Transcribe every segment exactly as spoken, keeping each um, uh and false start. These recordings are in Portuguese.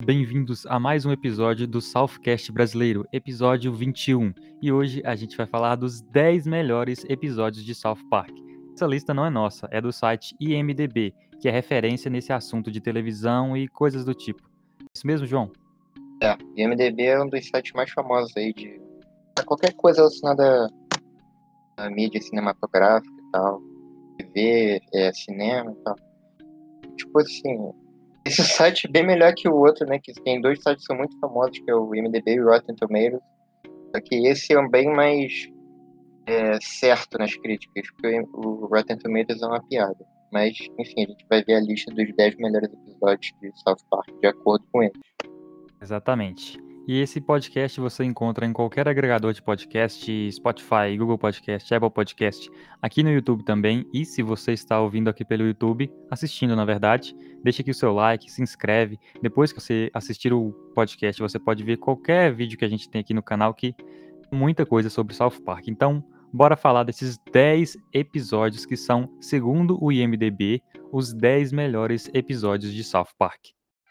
bem-vindos a mais um episódio do Southcast brasileiro, episódio vinte e um. E hoje a gente vai falar dos dez melhores episódios de South Park. Essa lista não é nossa, é do site I M D B, que é referência nesse assunto de televisão e coisas do tipo. Isso mesmo, João? É, o I M D B é um dos sites mais famosos aí de qualquer coisa relacionada à mídia cinematográfica e tal, T V, é, cinema e tal. Tipo assim, esse site é bem melhor que o outro, né? Que tem dois sites que são muito famosos, que é o I M D B e o Rotten Tomatoes. Só que esse é bem mais é, certo nas críticas, porque o Rotten Tomatoes é uma piada. Mas, enfim, a gente vai ver a lista dos dez melhores episódios de South Park, de acordo com ele. Exatamente. E esse podcast você encontra em qualquer agregador de podcast, Spotify, Google Podcast, Apple Podcast, aqui no YouTube também. E se você está ouvindo aqui pelo YouTube, assistindo na verdade, deixa aqui o seu like, se inscreve. Depois que você assistir o podcast, você pode ver qualquer vídeo que a gente tem aqui no canal, que tem muita coisa sobre South Park. Então, bora falar desses dez episódios que são, segundo o I M D B, os dez melhores episódios de South Park.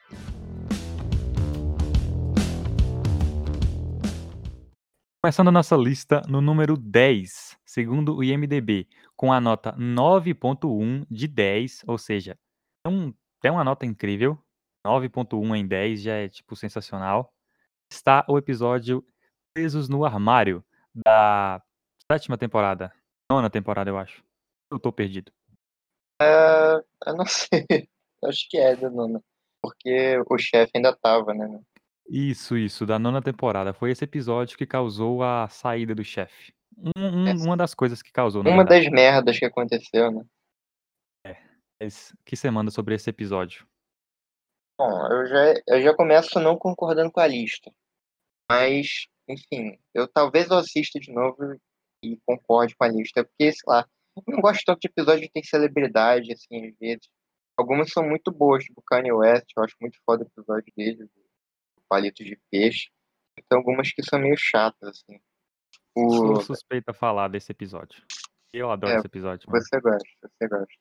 Começando a nossa lista no número dez, segundo o I M D B, com a nota nove ponto um de dez, ou seja, é, um, é uma nota incrível, nove ponto um em dez já é tipo sensacional. Está o episódio Presos no Armário, da sétima temporada, nona temporada eu acho. Eu tô perdido. É, eu não sei, acho que é da nona, porque o chefe ainda tava, né? Isso, isso, da nona temporada. Foi esse episódio que causou a saída do chefe. Um- um- uma das coisas que causou, na Uma das verdade. merdas que aconteceu, né? Mas o que você manda sobre esse episódio? Bom, eu já, eu já começo não concordando com a lista. Mas, enfim, eu talvez eu assista de novo e concorde com a lista. Porque, sei lá, eu não gosto tanto de episódio que tem celebridade, assim, às vezes. Algumas são muito boas, tipo Kanye West, eu acho muito foda o episódio dele, o palito de peixe. Então, algumas que são meio chatas, assim. Sou O, suspeito a falar desse episódio. Eu adoro é, esse episódio, mano. você gosta, você gosta.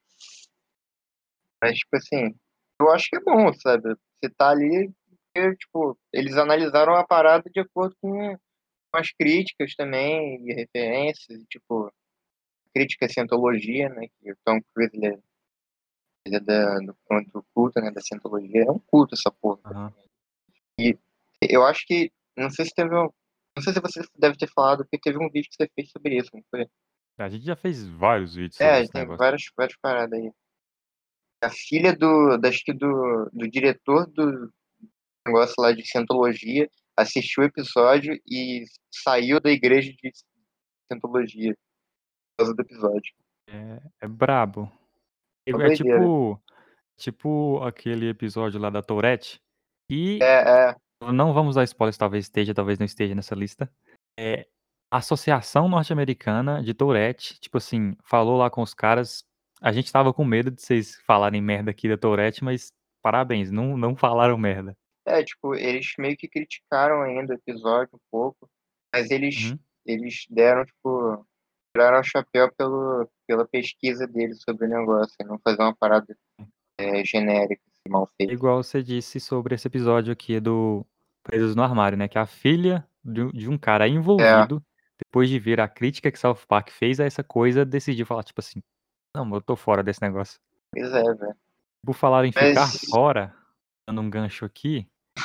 Mas, tipo assim, eu acho que é bom, sabe? Você tá ali, porque, tipo, eles analisaram a parada de acordo com as críticas também, e referências, e, tipo, crítica à cientologia, né? Que o Tom Cruise, ele é, ele é da, do, do culto, né? Da cientologia. É um culto essa porra. Aham. E eu acho que, não sei se teve um, não sei se você deve ter falado, porque teve um vídeo que você fez sobre isso, não foi? A gente já fez vários vídeos sobre É, esse tem negócio. várias, várias paradas aí. A filha do, da- acho que do, do diretor do negócio lá de cientologia assistiu o episódio e saiu da igreja de cientologia por causa do episódio. É, é brabo. É, Uma é doideira. tipo, tipo aquele episódio lá da Tourette. É, E é, não vamos dar spoilers, talvez esteja, talvez não esteja nessa lista. É, a Associação Norte-Americana de Tourette, tipo assim, falou lá com os caras. A gente tava com medo de vocês falarem merda aqui da Tourette, mas parabéns, não, não falaram merda. é, tipo, eles meio que criticaram ainda o episódio um pouco, mas eles, Uhum. eles deram, tipo, tiraram o chapéu pelo, pela pesquisa deles sobre o negócio, e não fazer uma parada é, genérica, assim, mal feita. Igual você disse sobre esse episódio aqui do Presos no Armário, né? Que a filha de um de um cara É, envolvido, depois de ver a crítica que South Park fez a essa coisa, decidiu falar, tipo assim: "Não, eu tô fora desse negócio". pois é, velho. Por falar em ficar Mas, fora, dando um gancho aqui,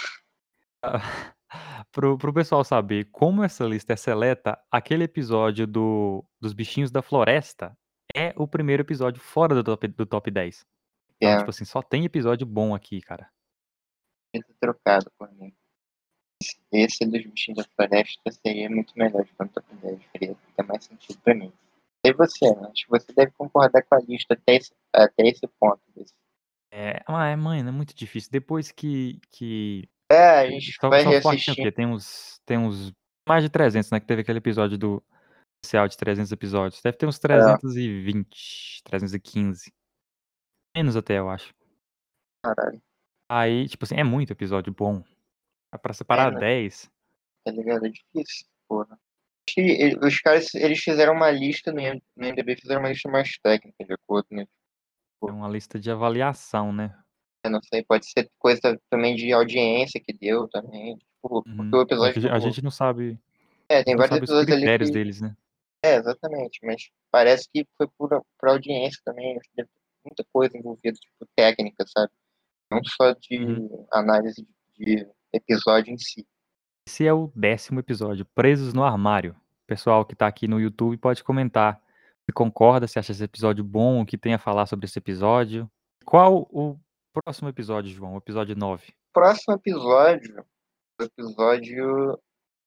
para o pessoal saber como essa lista é seleta, aquele episódio do dos bichinhos da floresta é o primeiro episódio fora do top do top dez. Então, é, tipo assim, só tem episódio bom aqui, cara. muito trocado por mim. Esse dos bichinhos da floresta seria muito melhor de quanto top dez, faria ter mais sentido pra mim. E você, né? Acho que você deve concordar com a lista até esse, até esse ponto. Desse. É, ah, é, mano, é muito difícil. Depois que que É, a gente Sou vai South Park tem o reassistir. quê? Tem uns tem uns mais de trezentos, né, que teve aquele episódio do especial de trezentos episódios. Deve ter uns É, trezentos e vinte, trezentos e quinze. Menos até, eu acho. caralho. Aí, tipo assim, é muito episódio bom. Pra É, separar né? dez, Tá ligado? É difícil, porra. Acho que ele- os caras, eles fizeram uma lista no I- no I M D B, fizeram uma lista mais técnica, de acordo, né? é Tipo, uma lista de avaliação, né. Eu não sei, pode ser coisa também de audiência que deu também. Tipo, porque Uhum. o É episódio que a gen a do. gente não sabe É, a tem gente não vários sabe os episódios ali critérios que. deles, né. É, exatamente, mas parece que foi por, por audiência também. Acho que deve ter muita coisa envolvida, tipo, técnica, sabe? Não só de Uhum. análise de de episódio em si. Esse é o décimo episódio, Presos no Armário. O pessoal que tá aqui no YouTube pode comentar se concorda, se acha esse episódio bom, o que tem a falar sobre esse episódio. Qual o próximo episódio, João? O episódio nove? Próximo episódio, o episódio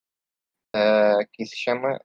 é, que se chama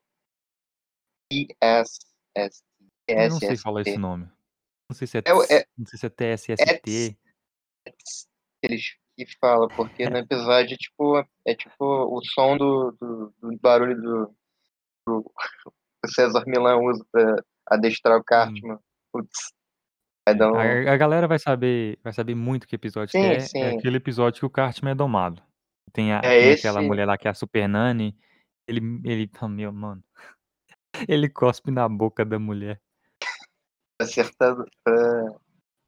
T S S, Também não sei falar esse T S S T. nome. Não sei se é É, o- ts, é, não sei se é é T S S T. tss, que eles que falam, porque no episódio, tipo, é tipo o som do, do, do barulho do, do que o César Millan usa pra adestrar o Sim. Cartman. Putz, vai É, dar um. a a galera vai saber vai saber muito que episódio que Sim, é. É sim. aquele episódio que o Cartman é domado. Tem a É tem aquela esse mulher lá que é a Super Nanny, ele ele oh, meu, mano, ele cospe na boca da mulher. acertado pra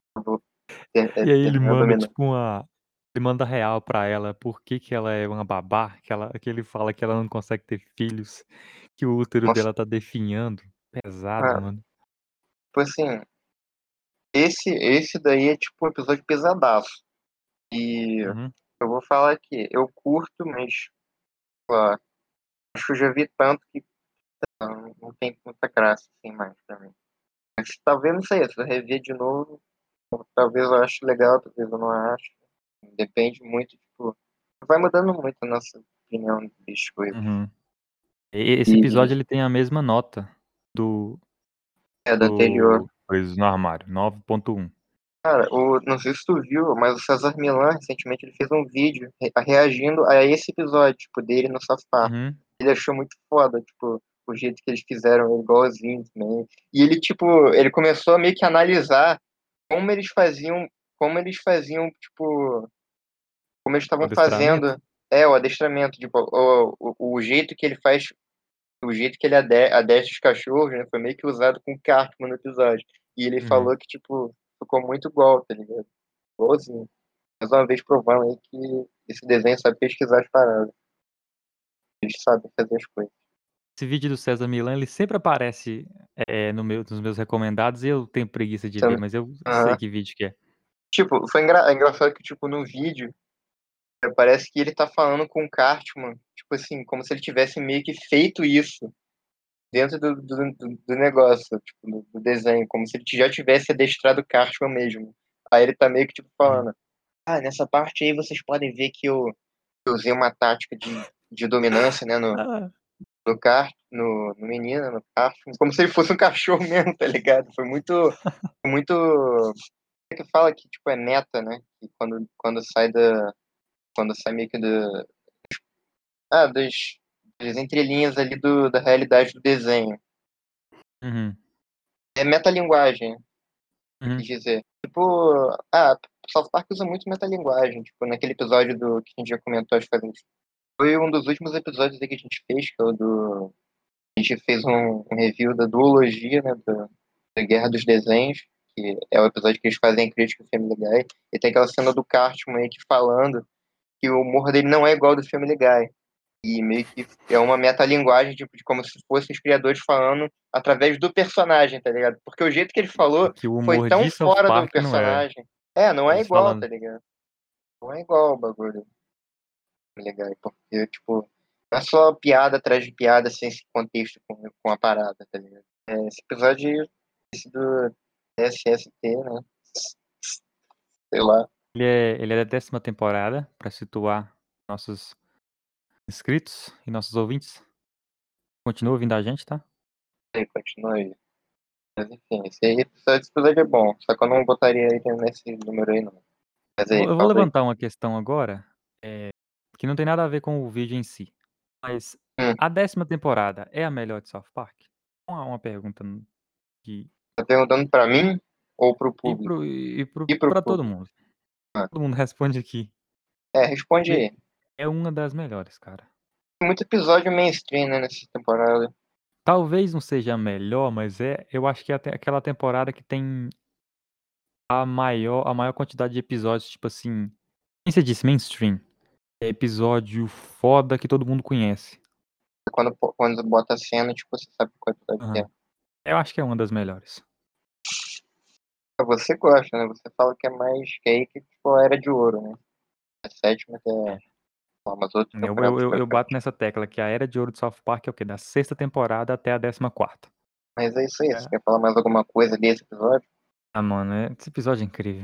ter- é, E aí ele terminar manda dominando. tipo uma ele manda real pra ela, por que que ela é uma babá, que ela que ele fala que ela não consegue ter filhos, que o útero Nossa, dela tá definhando. Pesado, ah, mano. tipo assim, esse, esse daí é tipo um episódio pesadaço. E Uhum. eu vou falar aqui, eu curto, mas ó, acho que eu já vi tanto que não, não tem muita graça assim mais pra mim. Mas talvez, não sei, se eu rever de novo, talvez eu ache legal, talvez eu não ache. Depende muito, tipo, vai mudando muito a nossa opinião das coisas. Uhum. E esse E episódio ele tem a mesma nota do é do anterior. do Presos no Armário, nove ponto um. Cara, o, não sei se tu viu, mas o César Millan, recentemente, ele fez um vídeo re- reagindo a esse episódio, tipo, dele no South Park. Uhum. Ele achou muito foda, tipo, o jeito que eles fizeram, ele igualzinho também. E ele, tipo, ele começou a meio que analisar como eles faziam, como eles faziam, tipo, como eles O estavam adestramento? fazendo, é, o adestramento, tipo, o, o, o jeito que ele faz, o jeito que ele ade- adestra os cachorros, né, foi meio que usado com o Cartman no episódio. E ele Uhum. falou que, tipo, ficou muito igual, tá ligado? Igualzinho. Mais uma vez provando aí que esse desenho sabe pesquisar as paradas. Eles sabem fazer as coisas. Esse vídeo do César Millan, ele sempre aparece, eh, no meu nos meus recomendados e eu tenho preguiça de ver, Sabe? mas eu sei Aham. que vídeo que é. Tipo, foi engra... é engraçado que, tipo, no vídeo, é, parece que ele tá falando com o Cartman, tipo assim, como se ele tivesse meio que feito isso dentro do, do, do, do negócio, tipo, do, do desenho, como se ele já tivesse adestrado o Cartman mesmo. Aí ele tá meio que, tipo, Uhum. falando, ah, nessa parte aí vocês podem ver que eu, eu usei uma tática de, de dominância, né, no, Ah. no kart, no, no menino, no kart, como se ele fosse um cachorro mesmo, tá ligado? Foi muito, muito, como é que fala que, tipo, é meta, né? Que quando, quando sai da, quando sai meio que do, ah, das, das entrelinhas ali do, da realidade do desenho. Uhum. É metalinguagem, eu Uhum. quis dizer. Tipo, ah, South Park usa muito metalinguagem, tipo, naquele episódio do, que a gente já comentou, acho que foi um dos últimos episódios aí que a gente fez, que é o do, a gente fez um, um review da duologia, né, do, da Guerra dos Desenhos, que é o episódio que eles fazem crítica ao Family Guy, e tem aquela cena do Cartman meio que falando que o humor dele não é igual ao do Family Guy. E meio que é uma metalinguagem, tipo, de como se fossem os criadores falando através do personagem, tá ligado? Porque o jeito que ele E falou que o foi humor tão de South fora do Park não é. personagem. É, não é Eles igual, falando tá ligado? Não é igual o bagulho do Family Guy, porque, tipo, não é só piada atrás de piada sem esse contexto com, com a parada, tá ligado? É, esse episódio, esse do S S T, né? Sei lá, ele é ele é da décima temporada, pra situar nossos inscritos e nossos ouvintes. Continua ouvindo a gente, tá? aí, continua aí. Mas enfim, esse aí, esse episódio é bom, só que eu não botaria ele nesse número aí, não. Mas Eu aí, vou eu vou fala aí. levantar uma questão agora, eh, que não tem nada a ver com o vídeo em si, mas Hum, a décima temporada é a melhor de South Park? Uma uma pergunta que tá perguntando pra mim ou pro e público? para o e para o E pro pra todo público? mundo. Ah, Todo mundo responde aqui. é, responde E aí. é uma das melhores, cara. Tem muito episódio mainstream, né, nessa temporada. Talvez não seja a melhor, mas é eu acho que é até aquela temporada que tem a maior, a maior quantidade de episódios, tipo assim. Quem você disse? Mainstream. É episódio foda que todo mundo conhece. Quando, quando bota a cena, tipo, você sabe qual episódio que é. Aham. Eu acho que é uma das melhores. Você gosta, né? Você fala que é mais que aí que tipo, a Era de Ouro, né? A sétima que é. É. Bom, mas outras Eu, eu, temporadas eu, pra eu bato frente. nessa tecla que a Era de Ouro de South Park é o quê? Da sexta temporada até a décima quarta. Mas é isso aí. Você É. quer falar mais alguma coisa desse episódio? Ah, mano, é- esse episódio é incrível.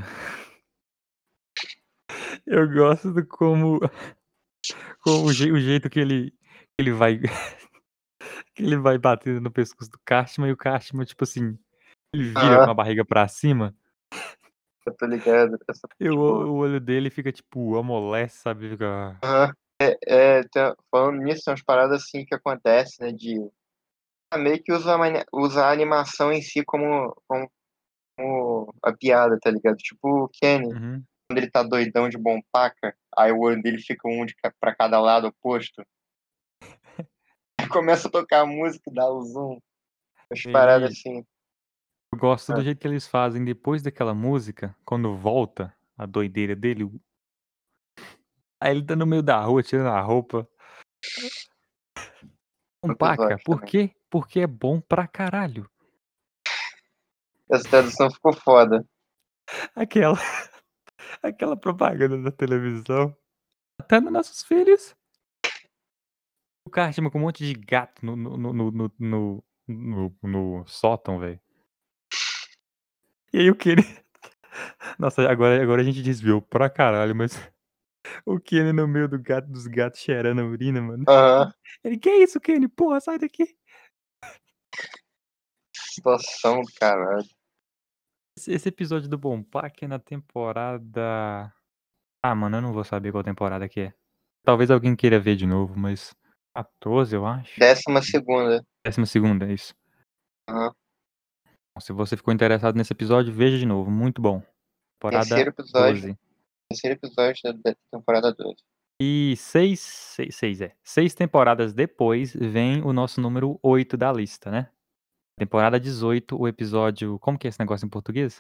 Eu gosto do como, como o, je- o jeito que ele, ele vai que ele vai batendo no pescoço do Cartman e o Cartman, tipo assim, ele vira com Ah, a barriga pra cima eu tô ligado. Essa, e o, tipo, o olho dele fica tipo amolece, sabe? Fica... aham. É, tem- falando nisso, tem umas paradas assim que acontecem, né? De ah, meio que usa, a mani- usa a animação em si como, como, como a piada, tá ligado? Tipo o Kenny, Uhum. quando ele tá doidão de bom paca, aí o olho dele fica um de, ca- pra cada lado oposto. Aí começa a tocar a música e dá o zoom. As paradas Ele, assim. eu gosto do Ah, jeito que eles fazem depois daquela música, quando volta a doideira dele. Aí ele tá no meio da rua tirando a roupa. Um um paca, episódio por também. quê? Porque é bom pra caralho. Essa tradução ficou foda. Aquela, aquela propaganda da televisão. Tá nos nossos filhos. O Cartman com um monte de gato no, no, no, no, no, no, no- no sótão, velho. E aí o Kenny. Nossa, agora, agora a gente desviou pra caralho, mas o Kenny no meio do gato, dos gatos cheirando a urina, mano. Aham. Ele, que isso, Kenny? Porra, sai daqui. Situação do caralho. Esse, esse episódio do Bompak é na temporada. Ah, mano, eu não vou saber qual temporada que é. Talvez alguém queira ver de novo, mas. quatorze, eu acho. Décima segunda. Décima segunda, é isso. Aham. Se você ficou interessado nesse episódio, veja de novo. Muito bom. Terceiro Temporada episódio. doze. Terceiro episódio da, da temporada dois. E seis, seis, seis, é. Seis temporadas depois vem o nosso número oito da lista, né? Temporada dezoito, o episódio. Como que é esse negócio em português?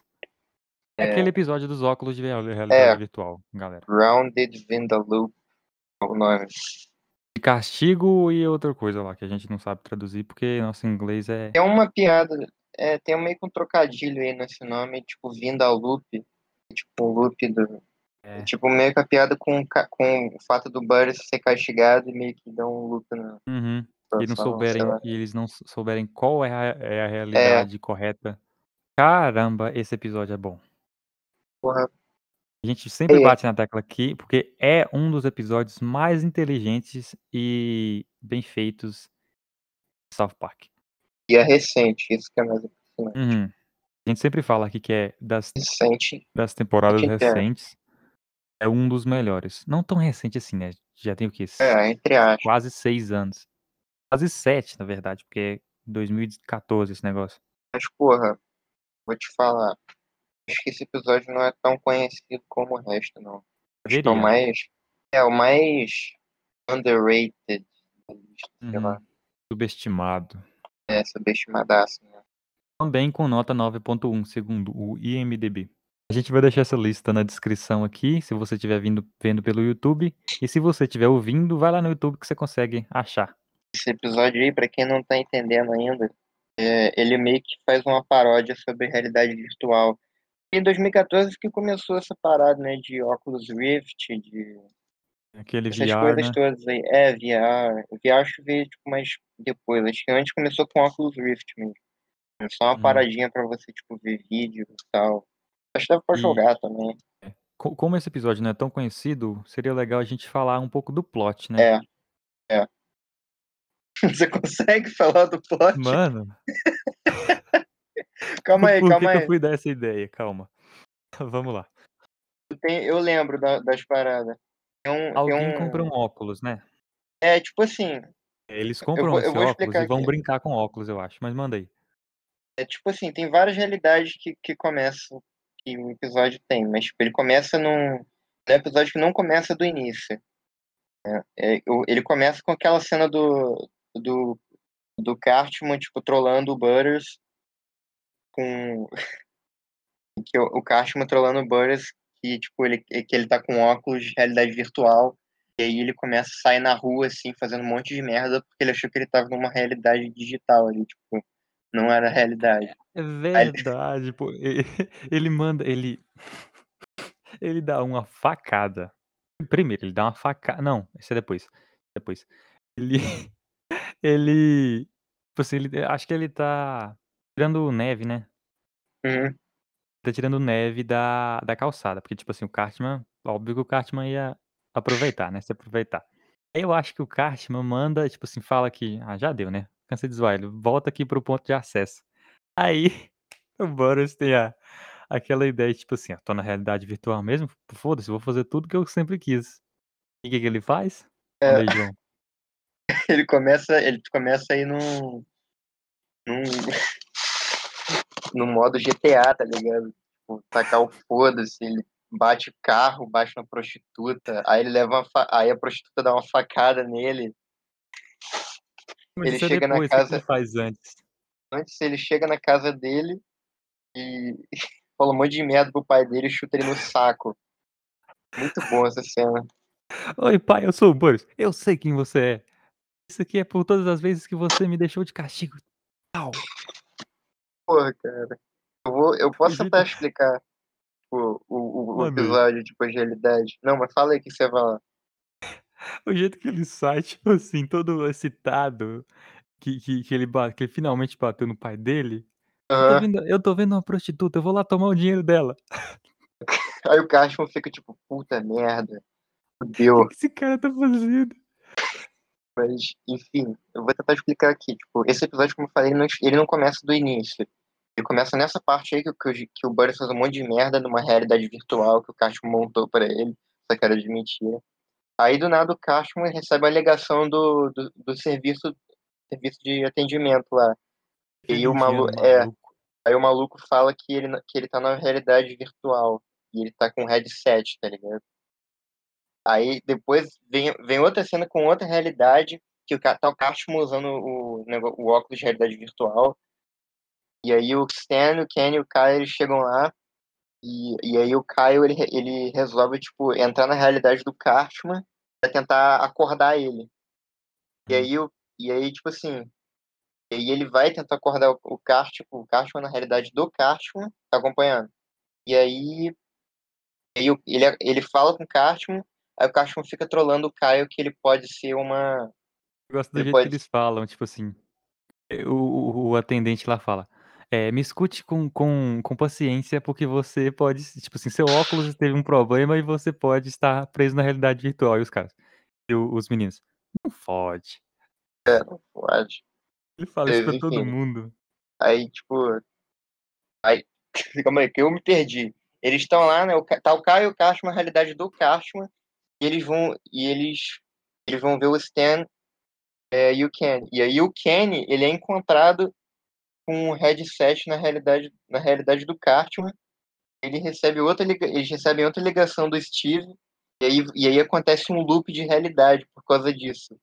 É É, aquele episódio dos óculos de real- realidade é virtual, galera. Grounded Vindaloo é o nome. De castigo e outra coisa lá que a gente não sabe traduzir porque nosso inglês é. Tem uma piada, é, tem meio que um trocadilho aí nesse nome, tipo Vindaloop. Tipo, o loop do. é Tipo, meio que a piada com, o ca- com o fato do Burry ser castigado e meio que dá um loop na uhum. E não situação, sei souberem, lá. e eles não s- souberem qual é a, é a É, realidade correta. Caramba, esse episódio é bom. porra, A gente sempre é, bate na tecla aqui, porque é um dos episódios mais inteligentes e bem feitos de South Park. e é recente, isso que é mais impressionante. Uhum. A gente sempre fala aqui que é das, Recente, das temporadas entre, é, recentes, é um dos melhores. Não tão recente assim, né? Já tem o quê? S- é, entre aspas. Quase seis anos. Quase sete, na verdade, porque é dois mil e quatorze esse negócio. Mas, porra, vou te falar. Acho que esse episódio não é tão conhecido como o resto, não. Acho que é o Deveria. mais. É o mais underrated da lista, sei Uhum. lá. Subestimado. É, subestimadaço, né? Também com nota nove ponto um, segundo o I M D B. A gente vai deixar essa lista na descrição aqui, se você estiver vindo, vendo pelo YouTube. E se você estiver ouvindo, vai lá no YouTube que você consegue achar. Esse episódio aí, pra quem não tá entendendo ainda, é, ele meio que faz uma paródia sobre realidade virtual. Em dois mil e quatorze que começou essa parada, né, de óculos Rift, de Aquele essas V R, coisas né? todas aí. É, V R. V R acho que veio tipo, mais depois. Acho que antes começou com óculos Rift mesmo. É só uma Uhum. paradinha pra você, tipo, ver vídeo e tal. Acho que dá pra E jogar também. co- como esse episódio não é tão conhecido, seria legal a gente falar um pouco do plot, né? É, é. Você consegue falar do plot? Mano, Calma aí, por que calma que eu aí. fui dar essa ideia? Calma. Vamos lá. Tem- eu lembro da- das paradas. Tem um, tem Alguém compra um um. óculos, né? É, tipo assim, Eles eu compram vou, eu esse vou óculos explicar e vão aqui. brincar com óculos, eu acho. Mas manda aí. É tipo assim, tem várias realidades que, que começam, que o episódio tem, mas tipo, ele começa num, num episódio que não começa do início. É, o- ele começa com aquela cena do, do, do Cartman, tipo, trolando o Butters com Que o, o Cartman trolando o Butters, que, tipo, ele, que ele tá com óculos de realidade virtual, e aí ele começa a sair na rua, assim, fazendo um monte de merda, porque ele achou que ele tava numa realidade digital ali, tipo, não era realidade. É Aí ele, verdade, pô. E ele manda ele ele dá uma facada. Primeiro, ele dá uma facada. Não, isso é depois, depois. Ele ele, tipo assim, ele acho que ele tá tirando neve, né. uhum, Tá tirando neve da da calçada, porque, tipo assim, o Cartman óbvio que o Cartman ia aproveitar, né, se aproveitar. Aí eu acho que o Cartman manda, tipo assim, fala que: "Ah, já deu, né, cansei de zoar ele, volta aqui para o ponto de acesso". Aí o Boris tem a aquela ideia, tipo assim: "Ó, tô na realidade virtual mesmo, foda-se, vou fazer tudo que eu sempre quis". E o que que ele faz? Manda é, aí, João. ele começa, ele começa aí num, num, num modo G T A, tá ligado? Tipo, tacar o foda-se, ele bate o carro, bate na prostituta, aí ele leva uma fa... aí a prostituta dá uma facada nele, Mas ele isso é chega na depois, o que que ele casa, faz antes? antes ele chega na casa dele e fala um monte de merda pro pai dele e chuta ele no saco. Muito bom essa cena. "Oi pai, eu sou o Boris, eu sei quem você é. Isso aqui é por todas as vezes que você me deixou de castigo, tal". Porra, cara. Eu vou, eu O posso jeito tentar explicar, tipo, o, o, o manda aí. episódio, tipo, de realidade. Não, mas fala aí o que você vai lá. O jeito que ele sai, tipo assim, todo excitado, que que que ele ba que ele finalmente bateu no pai dele. "Eu tô Aham. vendo eu tô vendo uma prostituta, eu vou lá tomar o dinheiro dela". Aí o Cashman fica tipo, puta merda, "Que fudeu. que esse cara tá fazendo?". Mas, enfim, eu vou tentar explicar aqui. Tipo, esse episódio, como eu falei, ele não, ele não começa do início. Ele começa nessa parte aí que, o- que, o- que o Buddy faz um monte de merda numa realidade virtual que o Cashman montou pra ele, só que era de mentira. Aí, do nada, o Cashman recebe a ligação do, do, do serviço, serviço de atendimento lá. E aí o, Aquele malu indiano é, maluco. aí o maluco fala que ele, que ele tá na realidade virtual. E ele tá com um headset, tá ligado? Aí depois vem, vem outra cena com outra realidade, que o, ca- tá o Cartman usando o, nego- o óculos de realidade virtual. E aí o Stan, o Kenny e o Kyle eles chegam lá. E, e aí o Kyle ele, re- ele resolve, tipo, entrar na realidade do Cartman pra tentar acordar ele. E Hum. aí, o, e aí tipo assim, e aí ele vai tentar acordar o, o Cartman, o Cartman na realidade do Cartman, tá acompanhando. E aí, aí o- ele, ele fala com o Cartman, aí o Cartman fica trolando o Kyle que ele pode ser uma. Eu gosto do Ele jeito que pode. eles falam, tipo assim, eh, o o o atendente lá fala: "Eh, me escute com com com paciência, porque você pode s tipo assim, seu óculos teve um problema e você pode estar preso na realidade virtual". E os caras e o os meninos: "Não fode". Pode. Ele fala isso Mas, pra todo enfim. mundo. Aí, tipo. Aí, calma aí, que eu me perdi. Eles estão lá, né? O, Ca- tá o Caio e o Kashman, a realidade do Kashman, e eles vão. E eles. Eles vão ver o Stan é, e o Kenny. E aí o Kenny, ele é encontrado com um headset na realidade, na realidade do Cartman. Ele recebe outra, liga- eles recebem outra ligação do Steve. E aí, e aí acontece um loop de realidade por causa disso.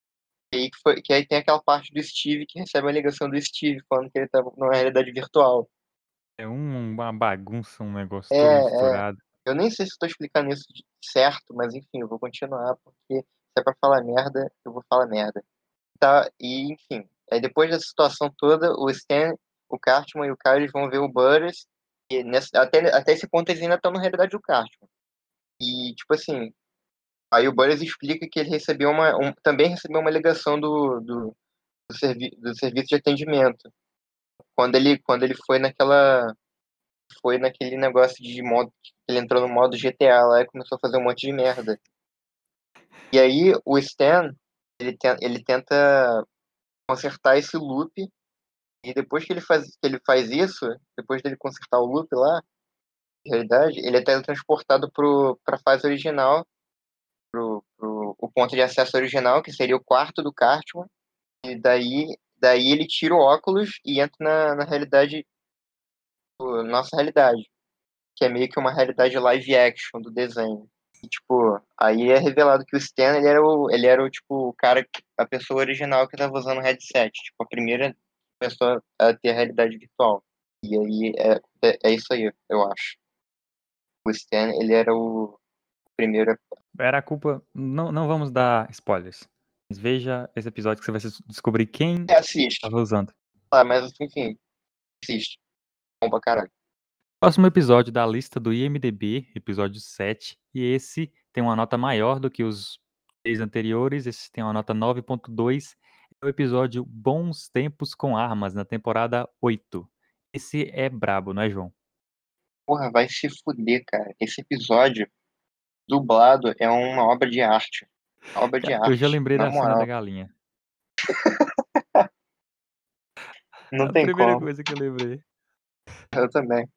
E aí, que foi, que aí tem aquela parte do Steve que recebe a ligação do Steve, falando que ele tá numa realidade virtual. É um uma bagunça, um negócio todo É, é. misturado. Eu nem sei se estou explicando isso de- certo, mas enfim, eu vou continuar, porque se é pra falar merda, eu vou falar merda. Tá, e enfim. Aí depois dessa situação toda, o Stan, o Cartman e o Kyle eles vão ver o Butters. E nessa, até, até esse ponto eles ainda estão na realidade do Cartman. E, tipo assim, aí o Butters explica que ele recebeu uma. Um, também recebeu uma ligação do, do, do, servi, do serviço de atendimento. Quando ele, quando ele foi naquela. Foi naquele negócio de modo. Ele entrou no modo G T A lá e começou a fazer um monte de merda. E aí o Stan, ele, te, ele tenta consertar esse loop. E depois que ele faz, que ele faz isso, depois dele consertar o loop lá, na realidade, ele é teletransportado para a fase original, pro, pro o ponto de acesso original, que seria o quarto do Cartman. E daí, daí ele tira o óculos e entra na, na realidade, o- nossa realidade, que é meio que uma realidade live action do desenho. E, tipo, aí é revelado que o Stan, ele era o, ele era o, tipo, o cara, que- a pessoa original que estava usando o headset, tipo, a primeira pessoa a ter a realidade virtual. E aí, é, É, é isso aí, eu acho. O Stan, ele era o primeiro. Era a culpa. Não, não vamos dar spoilers. Mas veja esse episódio que você vai se- descobrir quem É, assiste. estava usando. Ah, mas enfim, assiste. Bom pra caralho. Próximo episódio da lista do IMDb, episódio sete. E esse tem uma nota maior do que os três anteriores. Esse tem uma nota nove ponto dois. É o episódio Bons Tempos com Armas, na temporada oito. Esse é brabo, não é, João? Porra, vai se fuder, cara. Esse episódio dublado é uma obra de arte. Obra de Cara, eu já arte, lembrei na da cena da moral. galinha. Não A tem primeira como. coisa que eu lembrei. Eu também.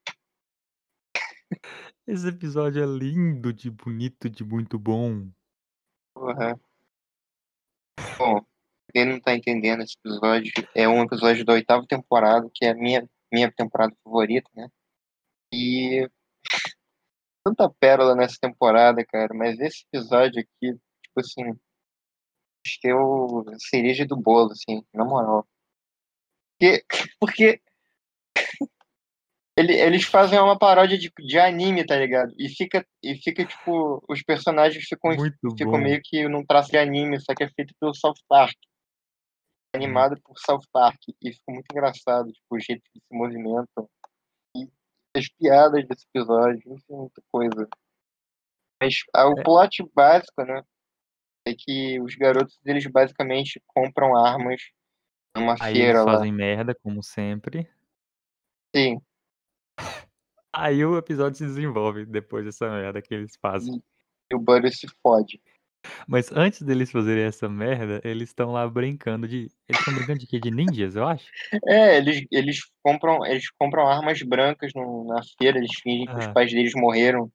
Esse episódio é lindo, de bonito, de muito bom. Porra. Bom, quem não tá entendendo esse episódio, é um episódio da oitava temporada, que é a minha, minha temporada favorita, né? E tanta pérola nessa temporada, cara, mas esse episódio aqui, tipo assim, acho que é o cereja do bolo, assim, na moral. Porque, porque ele- eles fazem uma paródia de, de anime, tá ligado? E fica, e fica, tipo, os personagens ficam, Muito ficam bom. meio que num traço de anime, só que é feito pelo South Park, Uhum. animado por South Park, e ficou muito engraçado, tipo, o jeito que eles se movimentam, e as piadas desse episódio, enfim, muita coisa. Mas ah, o É, plot básico, né, é que os garotos, eles basicamente compram armas numa aí eles feira lá. fazem merda, como sempre. Sim, Aí o episódio se desenvolve depois dessa merda que eles fazem. e, e o Buddy se fode. Mas antes deles fazerem essa merda, eles estão lá brincando de. Eles estão brincando de quê? De ninjas, eu acho? É, eles, eles compram, eles compram armas brancas no- na feira, eles fingem que os Ah, pais deles morreram.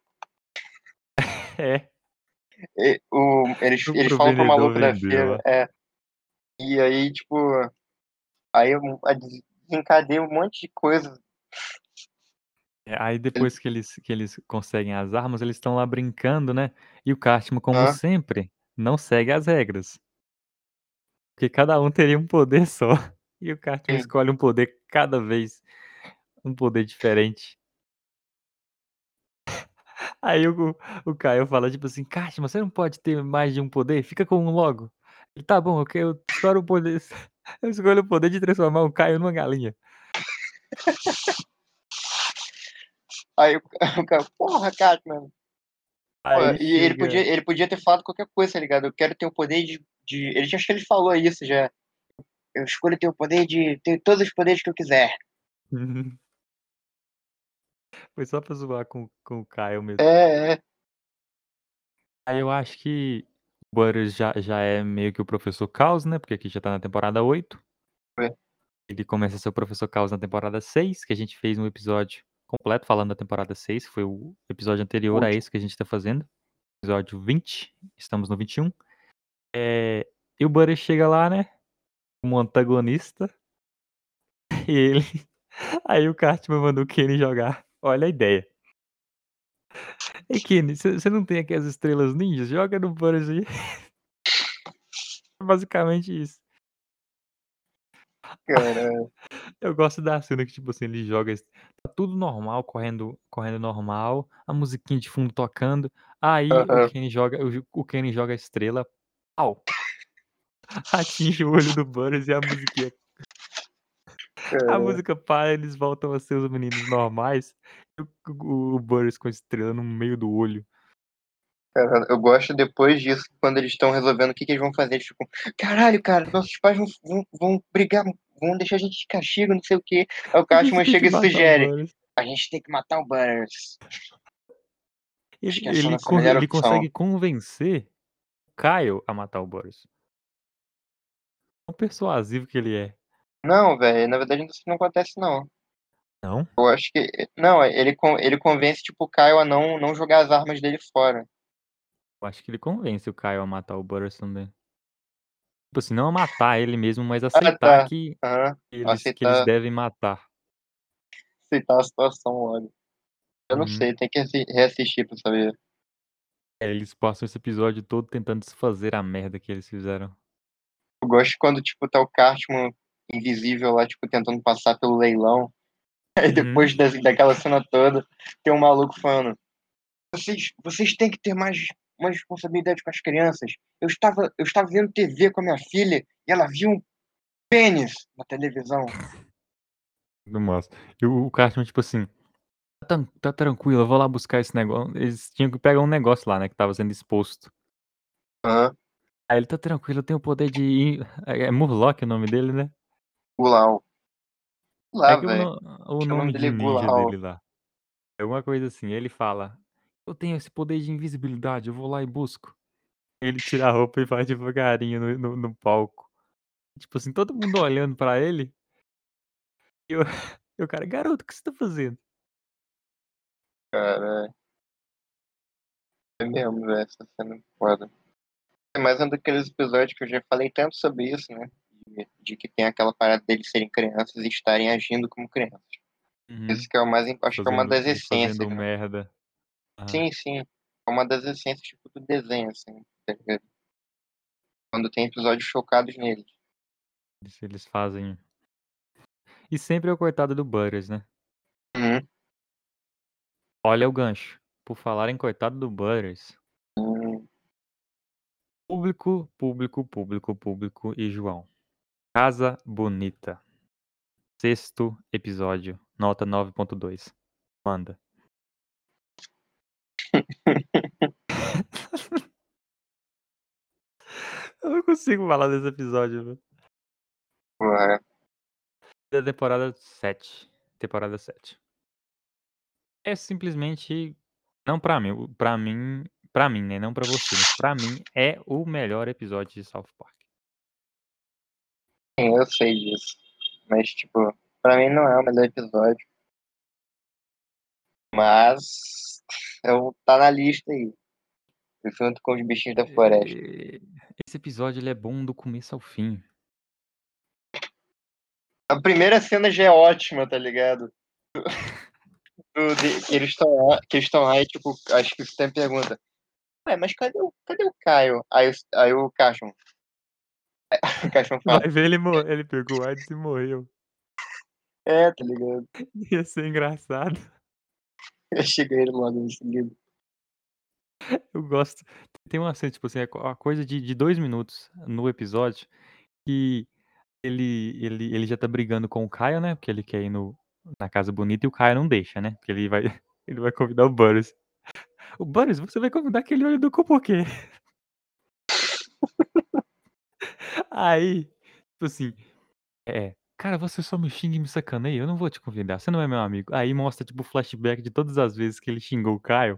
é. E, o, eles, Pro eles pro falam pro vendedor maluco da vender feira, lá. é, e aí, tipo, aí a- desencadeia um monte de coisa. É, aí depois que eles, que eles conseguem as armas, eles estão lá brincando, né? E o Cartman, como Hã? sempre, não segue as regras. Porque cada um teria um poder só. E o Cartman Sim. escolhe um poder cada vez, um poder diferente. Aí o, o Caio fala tipo assim, Cartman, você não pode ter mais de um poder? Fica com um logo. Ele, tá bom, ok, eu escolho o poder. Eu escolho o poder de transformar o Caio numa galinha. Aí o, o cara, porra, Catman. Pô, Aí e ele podia, chega. ele podia ter falado qualquer coisa, tá ligado? Eu quero ter o poder de, de... Ele já acho que ele falou isso já. Eu escolho ter o poder de ter todos os poderes que eu quiser. Foi só pra zoar com, com o Caio mesmo. É, é. Aí eu acho que o Butters já, já é meio que o Professor Caos, né? Porque aqui já tá na temporada oito. Foi. Ele começa a ser o Professor Caos na temporada seis, que a gente fez um episódio completo falando da temporada seis. Foi o episódio anterior a Último. esse que a gente tá fazendo. Episódio vinte. Estamos no vinte e um. É, e o Butters chega lá, né? Como antagonista. E ele. Aí o Cartman mandou o Kenny jogar. Olha a ideia. Ei, Kenny, você não tem aqui as estrelas ninjas? Joga no Butters aí. Basicamente isso. Cara, Eu gosto da cena que, tipo assim, ele joga. Tá tudo normal, correndo, correndo normal. A musiquinha de fundo tocando. Aí o aham, Kenny joga, o, o Kenny joga a estrela. Au! Atinge o olho do Butters e a musiquinha. A cara, música para, eles voltam a ser os meninos normais. E o, o, o Butters com a estrela no meio do olho. cara, eu gosto depois disso, quando eles estão resolvendo o que, que eles vão fazer. Eles ficam, caralho, cara, nossos pais vão, vão, vão brigar, vão deixar a gente de castigo, não sei o quê. Aí o A gente Cartman tem que chega e matar o sugere: Butters. a gente tem que matar o Butters. Acho Ele, que essa é a ele, nossa con- melhor ele opção. consegue convencer o Kyle a matar o Butters. Tão persuasivo que ele é. Não, velho, na verdade isso não acontece, não. Não? Eu acho que. Não, ele, con- ele convence, tipo, o Kyle a não, não jogar as armas dele fora. Eu acho que ele convence o Kyle a matar o Butters também. Tipo assim, não a matar ele mesmo, mas Ah, aceitar tá. que Aham. eles, que eles Aceitar, devem matar. aceitar a situação, olha. Eu não Uhum. sei, tem que assi- reassistir pra saber. É, eles passam esse episódio todo tentando desfazer a merda que eles fizeram. Eu gosto quando, tipo, tá o Cartman invisível lá, tipo, tentando passar pelo leilão. Aí Uhum. depois da, daquela cena toda, tem um maluco falando: Vocês, vocês têm que ter mais, mais responsabilidade com as crianças. Eu estava, eu estava vendo T V com a minha filha e ela viu um pênis na televisão. Não mostra. E o o Cartman, tipo assim, tá, tran- tá tranquilo, eu vou lá buscar esse negócio. Eles tinham que pegar um negócio lá, né, que tava sendo exposto. Aham. Aí ele tá tranquilo, eu tenho o poder de ir. É é Murloc o nome dele, né? Gulau. É Lá, que o, velho. no- o Acho que o nome nome dele de é ninja Gulau. dele lá. É alguma coisa assim. Ele fala: Eu tenho esse poder de invisibilidade, eu vou lá e busco. Ele tira a roupa e vai devagarinho no, no, no palco. Tipo assim, todo mundo olhando pra ele. E eu, e o cara, garoto, o que você tá fazendo? Cara, é mesmo, velho. Essa cena é foda. É mais um daqueles episódios que eu já falei tanto sobre isso, né? De, de que tem aquela parada deles serem crianças e estarem agindo como crianças. Isso Uhum. que é o mais, im- acho que é uma Fazendo, das essências, fazendo né? merda. Ah, Sim, sim. É uma das essências, tipo, do desenho, assim. Tá ligado? Quando tem episódios chocados neles. eles, eles fazem. E sempre é o coitado do Butters, né? Uhum. Olha o gancho. Por falar em coitado do Butters. Hum, Público, público, público, público e João. Casa Bonita. Sexto episódio. Nota nove ponto dois. Manda. Eu não consigo falar desse episódio, velho. porra. Da temporada sete. Temporada sete. É simplesmente. Não pra mim. o- Pra mim. Pra mim, né? Não pra você, mas pra mim é o melhor episódio de South Park. Sim, eu sei disso. Mas, tipo, pra mim não é o melhor episódio. Mas eu, tá na lista aí. Junto com os bichinhos da floresta. É, esse episódio ele é bom do começo ao fim. A primeira cena já é ótima, tá ligado? Do- de- que eles estão lá, que eles estão lá e, tipo, acho que o Stan pergunta: Ué, mas cadê o, cadê o Caio? Aí, o- aí o Cashman, o Cashman fala: Vai ver ele morrer. Ele pegou AIDS e morreu. É, tá ligado? Ia ser engraçado. Chega ele logo em seguida. Eu gosto. Tem uma cena, tipo assim, é co- uma coisa de, de dois minutos no episódio que ele, ele, ele já tá brigando com o Caio, né? Porque ele quer ir no, na Casa Bonita e o Caio não deixa, né? Porque ele vai, ele vai convidar o Butters. O Butters, você vai convidar aquele olho do cu por quê? Aí, tipo assim, é, cara, você só me xinga e me sacaneia, eu não vou te convidar, você não é meu amigo. Aí mostra, tipo, o flashback de todas as vezes que ele xingou o Caio.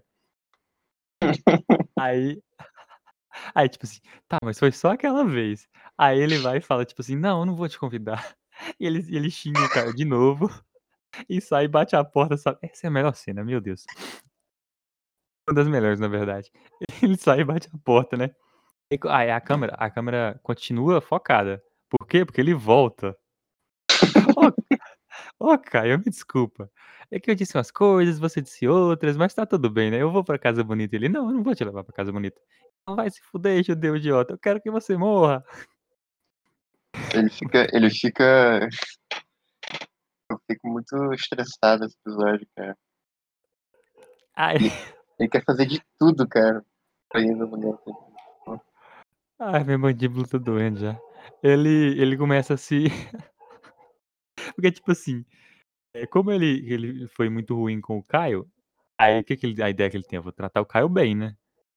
Aí, aí, tipo assim, tá, mas foi só aquela vez. Aí ele vai e fala, tipo assim, não, eu não vou te convidar. E ele, ele xinga o Caio de novo e sai e bate a porta, sabe? Essa é a melhor cena, meu Deus. Uma das melhores, na verdade. Ele sai e bate a porta, né? E co- Aí a câmera, a câmera continua focada. Por quê? Porque ele volta. Ó, ó, Caio, me desculpa. É que eu disse umas coisas, você disse outras, mas tá tudo bem, né? Eu vou pra Casa Bonita. Ele, não, eu não vou te levar pra Casa Bonita. Não vai se fuder, judeu idiota. Eu quero que você morra. Ele fica, ele fica. Eu fico muito estressado nesse episódio, cara. Aí, Ele, ele quer fazer de tudo, cara, pra ir na mulher dele. ai, minha mandíbula tá doendo já. Ele, ele começa a se. Porque, tipo assim, é, como ele, ele foi muito ruim com o Caio, aí o que que ele, a ideia que ele tem? Eu vou tratar o Caio bem, né?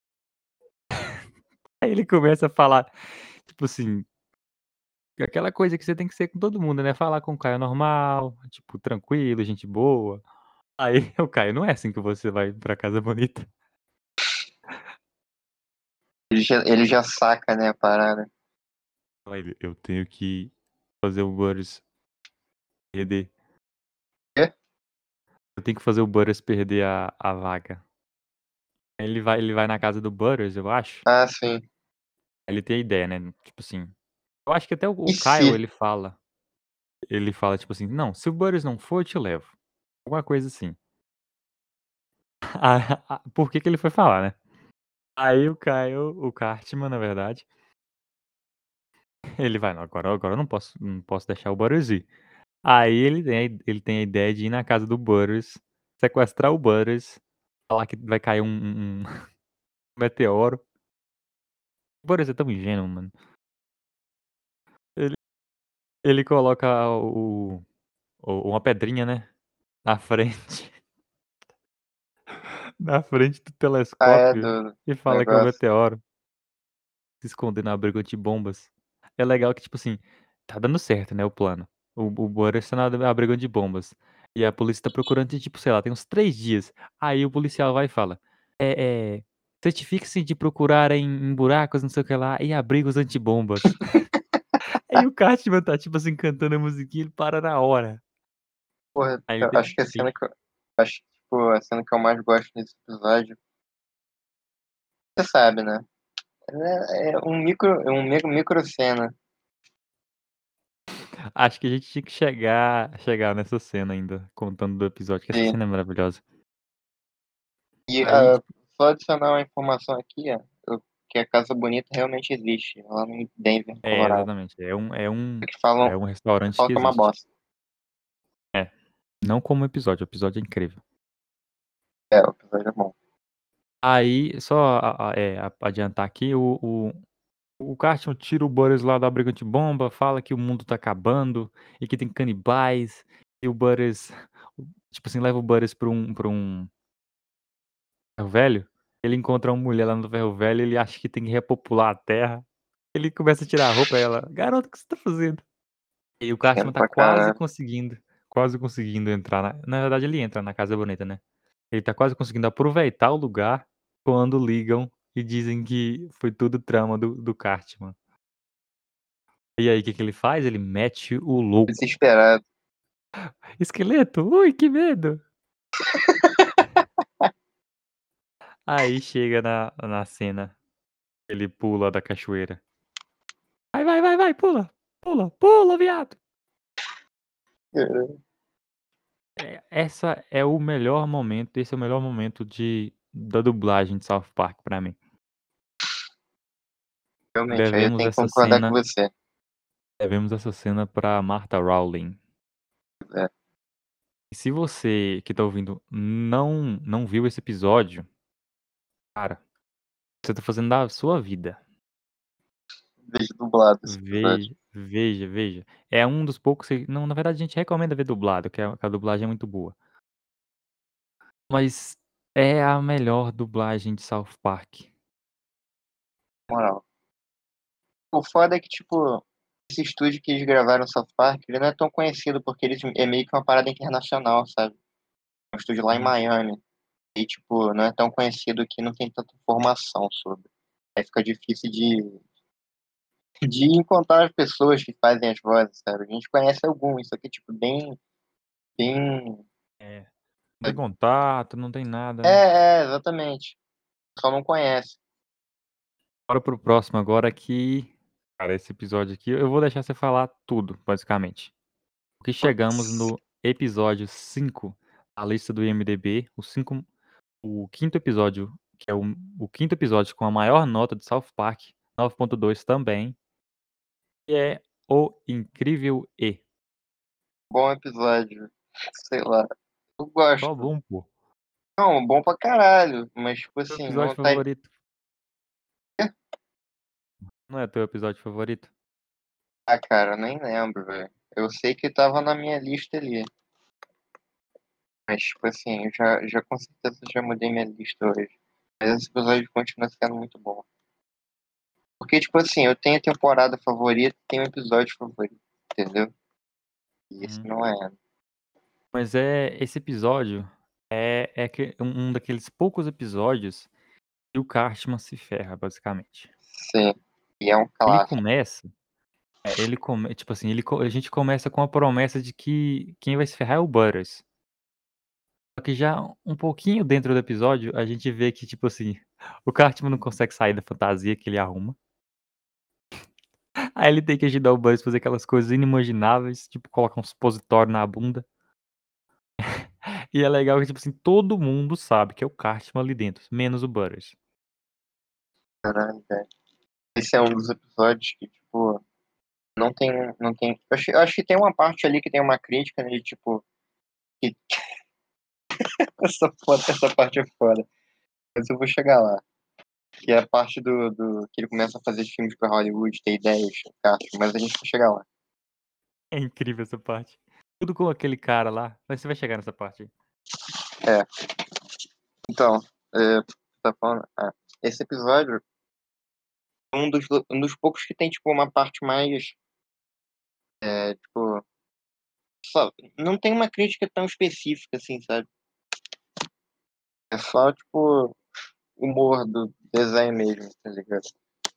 Aí ele começa a falar, tipo assim, aquela coisa que você tem que ser com todo mundo, né? Falar com o Caio normal, tipo, tranquilo, gente boa. Aí o Caio, não é assim que você vai pra Casa Bonita. Ele já, ele já saca, né, a parada. Aí ele, eu tenho que fazer o Butters perder. Quê? Eu tenho que fazer o Butters perder a, a vaga. Aí Ele vai, ele vai na casa do Butters, eu acho. Ah, sim. Aí ele tem a ideia, né? Tipo assim. Eu acho que até o, o E Kyle, se? ele fala. Ele fala, tipo assim, não, se o Butters não for, eu te levo. Alguma coisa assim. Ah, ah, Por que que ele foi falar, né? Aí o Kyle, o Cartman, na verdade, ele vai, não, agora, agora eu não posso, não posso deixar o Butters ir. Aí ele tem, a i- ele tem a ideia de ir na casa do Butters, sequestrar o Butters, falar que vai cair um, um- um meteoro. O Butters é tão ingênuo, mano. Ele, ele coloca o, o- uma pedrinha, né? Na frente, na frente do Ah, é telescópio do e fala que é um negócio. meteoro, se esconder na briga de bombas. É legal que, tipo assim, tá dando certo, né, o plano. O, o Butters tá na na briga de bombas. E a polícia tá procurando, tem, tipo, sei lá, tem uns três dias. Aí o policial vai e fala: É, é, certifique-se de procurar em, em buracos, não sei o que lá, e abrigos antibombas. Aí o Cartman tá, tipo assim, cantando a musiquinha, ele para na hora. Porra, Aí ele eu tem. acho que a ele- cena que eu, acho que, tipo, a cena que eu mais gosto nesse episódio, você sabe, né? É, é um micro, é um micro, micro cena. Acho que a gente tinha que chegar, chegar nessa cena ainda, contando do episódio, que essa E, cena é maravilhosa. e Aí, ah, tipo, só adicionar uma informação aqui, ó, eu- que a Casa Bonita realmente existe, lá em Denver, é, Colorado. exatamente. É um, é um, Só que falam, é um restaurante falam que que é uma existe. bosta. É. Não como episódio, o episódio é incrível. É, o episódio é bom. Aí, só a- a- é, a- adiantar aqui, o, o, o Cartman tira o Butters lá da briga de bomba, fala que o mundo tá acabando e que tem canibais, e o Butters, tipo assim, leva o Butters pra um, pra um ferro velho. Ele encontra uma mulher lá no ferro velho, ele acha que tem que repopular a terra. Ele começa a tirar a roupa e ela, garoto, o que você tá fazendo? E o Cartman Sendo tá pra quase caralho. conseguindo, quase conseguindo entrar na, na verdade ele entra na Casa Bonita, né? Ele tá quase conseguindo aproveitar o lugar quando ligam e dizem que foi tudo trama do, do Cartman. E aí, o que, que ele faz? Ele mete o louco. Desesperado. Esqueleto, ui, que medo! Aí chega na, na cena, ele pula da cachoeira. Vai, vai, vai, vai, pula! Pula, pula, viado! É, essa é o melhor momento, esse é o melhor momento de, da dublagem de South Park pra mim. Realmente, aí eu Devemos tenho que essa concordar com cena, você. devemos essa cena pra Martha Rowling. É. E se você que tá ouvindo não não viu esse episódio, cara, você tá fazendo da sua vida. Vejo dublado esse episódio. Veja, veja, veja. É um dos poucos que não, na verdade a gente recomenda ver dublado, que a, que a dublagem é muito boa. Mas é a melhor dublagem de South Park. Moral. O foda é que, tipo, esse estúdio que eles gravaram South Park, ele não é tão conhecido, porque ele é meio que uma parada internacional, sabe? É um estúdio lá em Uhum. Miami. E, tipo, não é tão conhecido que não tem tanta informação sobre. Aí fica difícil de, de encontrar as pessoas que fazem as vozes, sabe? A gente conhece alguns, só que, tipo, bem, bem... É, não tem contato, não tem nada, É, né? é, exatamente. Só não conhece. Bora pro próximo agora que, cara, esse episódio aqui, eu vou deixar você falar tudo, basicamente. Porque chegamos Putz, no episódio cinco, a lista do IMDb, o cinco, o quinto episódio, que é o, o quinto episódio com a maior nota de South Park, nove ponto dois também, que é O Incrível E. bom episódio. Sei lá. Eu Só gosto. bom, pô. Não, bom pra caralho. Mas, tipo Teu assim, não episódio tá. favorito? Não é teu episódio favorito? Ah, cara, nem lembro, velho. Eu sei que tava na minha lista ali. Mas, tipo assim, eu já, já com certeza já mudei minha lista hoje. Mas esse episódio continua sendo muito bom. Porque, tipo assim, eu tenho temporada favorita e tenho episódio favorito, entendeu? E esse Uhum. não é. Mas é, esse episódio é, é que- um um daqueles poucos episódios que o Cartman se ferra, basicamente. Sim. E é um Ele clássico. começa, é, ele come, tipo assim, ele, co- a gente começa com a promessa de que quem vai se ferrar é o Butters. Só que já um pouquinho dentro do episódio, a gente vê que, tipo assim, o Cartman não consegue sair da fantasia que ele arruma. Aí ele tem que ajudar o Butters a fazer aquelas coisas inimagináveis, tipo colocar um supositório na bunda. E é legal que, tipo assim, todo mundo sabe que é o Cartman ali dentro, menos o Butters. Caralho, velho. Esse é um dos episódios que, tipo, não tem, não tem. Eu acho, eu acho que tem uma parte ali que tem uma crítica, né, de tipo. Que, essa, foda, essa parte é foda. Mas eu vou chegar lá. Que é a parte do, do que ele começa a fazer filmes pra Hollywood, ter ideias, cara, mas a gente vai chegar lá. É incrível essa parte. Tudo com aquele cara lá, mas você vai chegar nessa parte aí. É. Então, é, tá falando. Ah, esse episódio é um dos, um dos poucos que tem, tipo, uma parte mais. É, tipo. Só, não tem uma crítica tão específica, assim, sabe? É só, tipo, humor do desenho mesmo, tá ligado?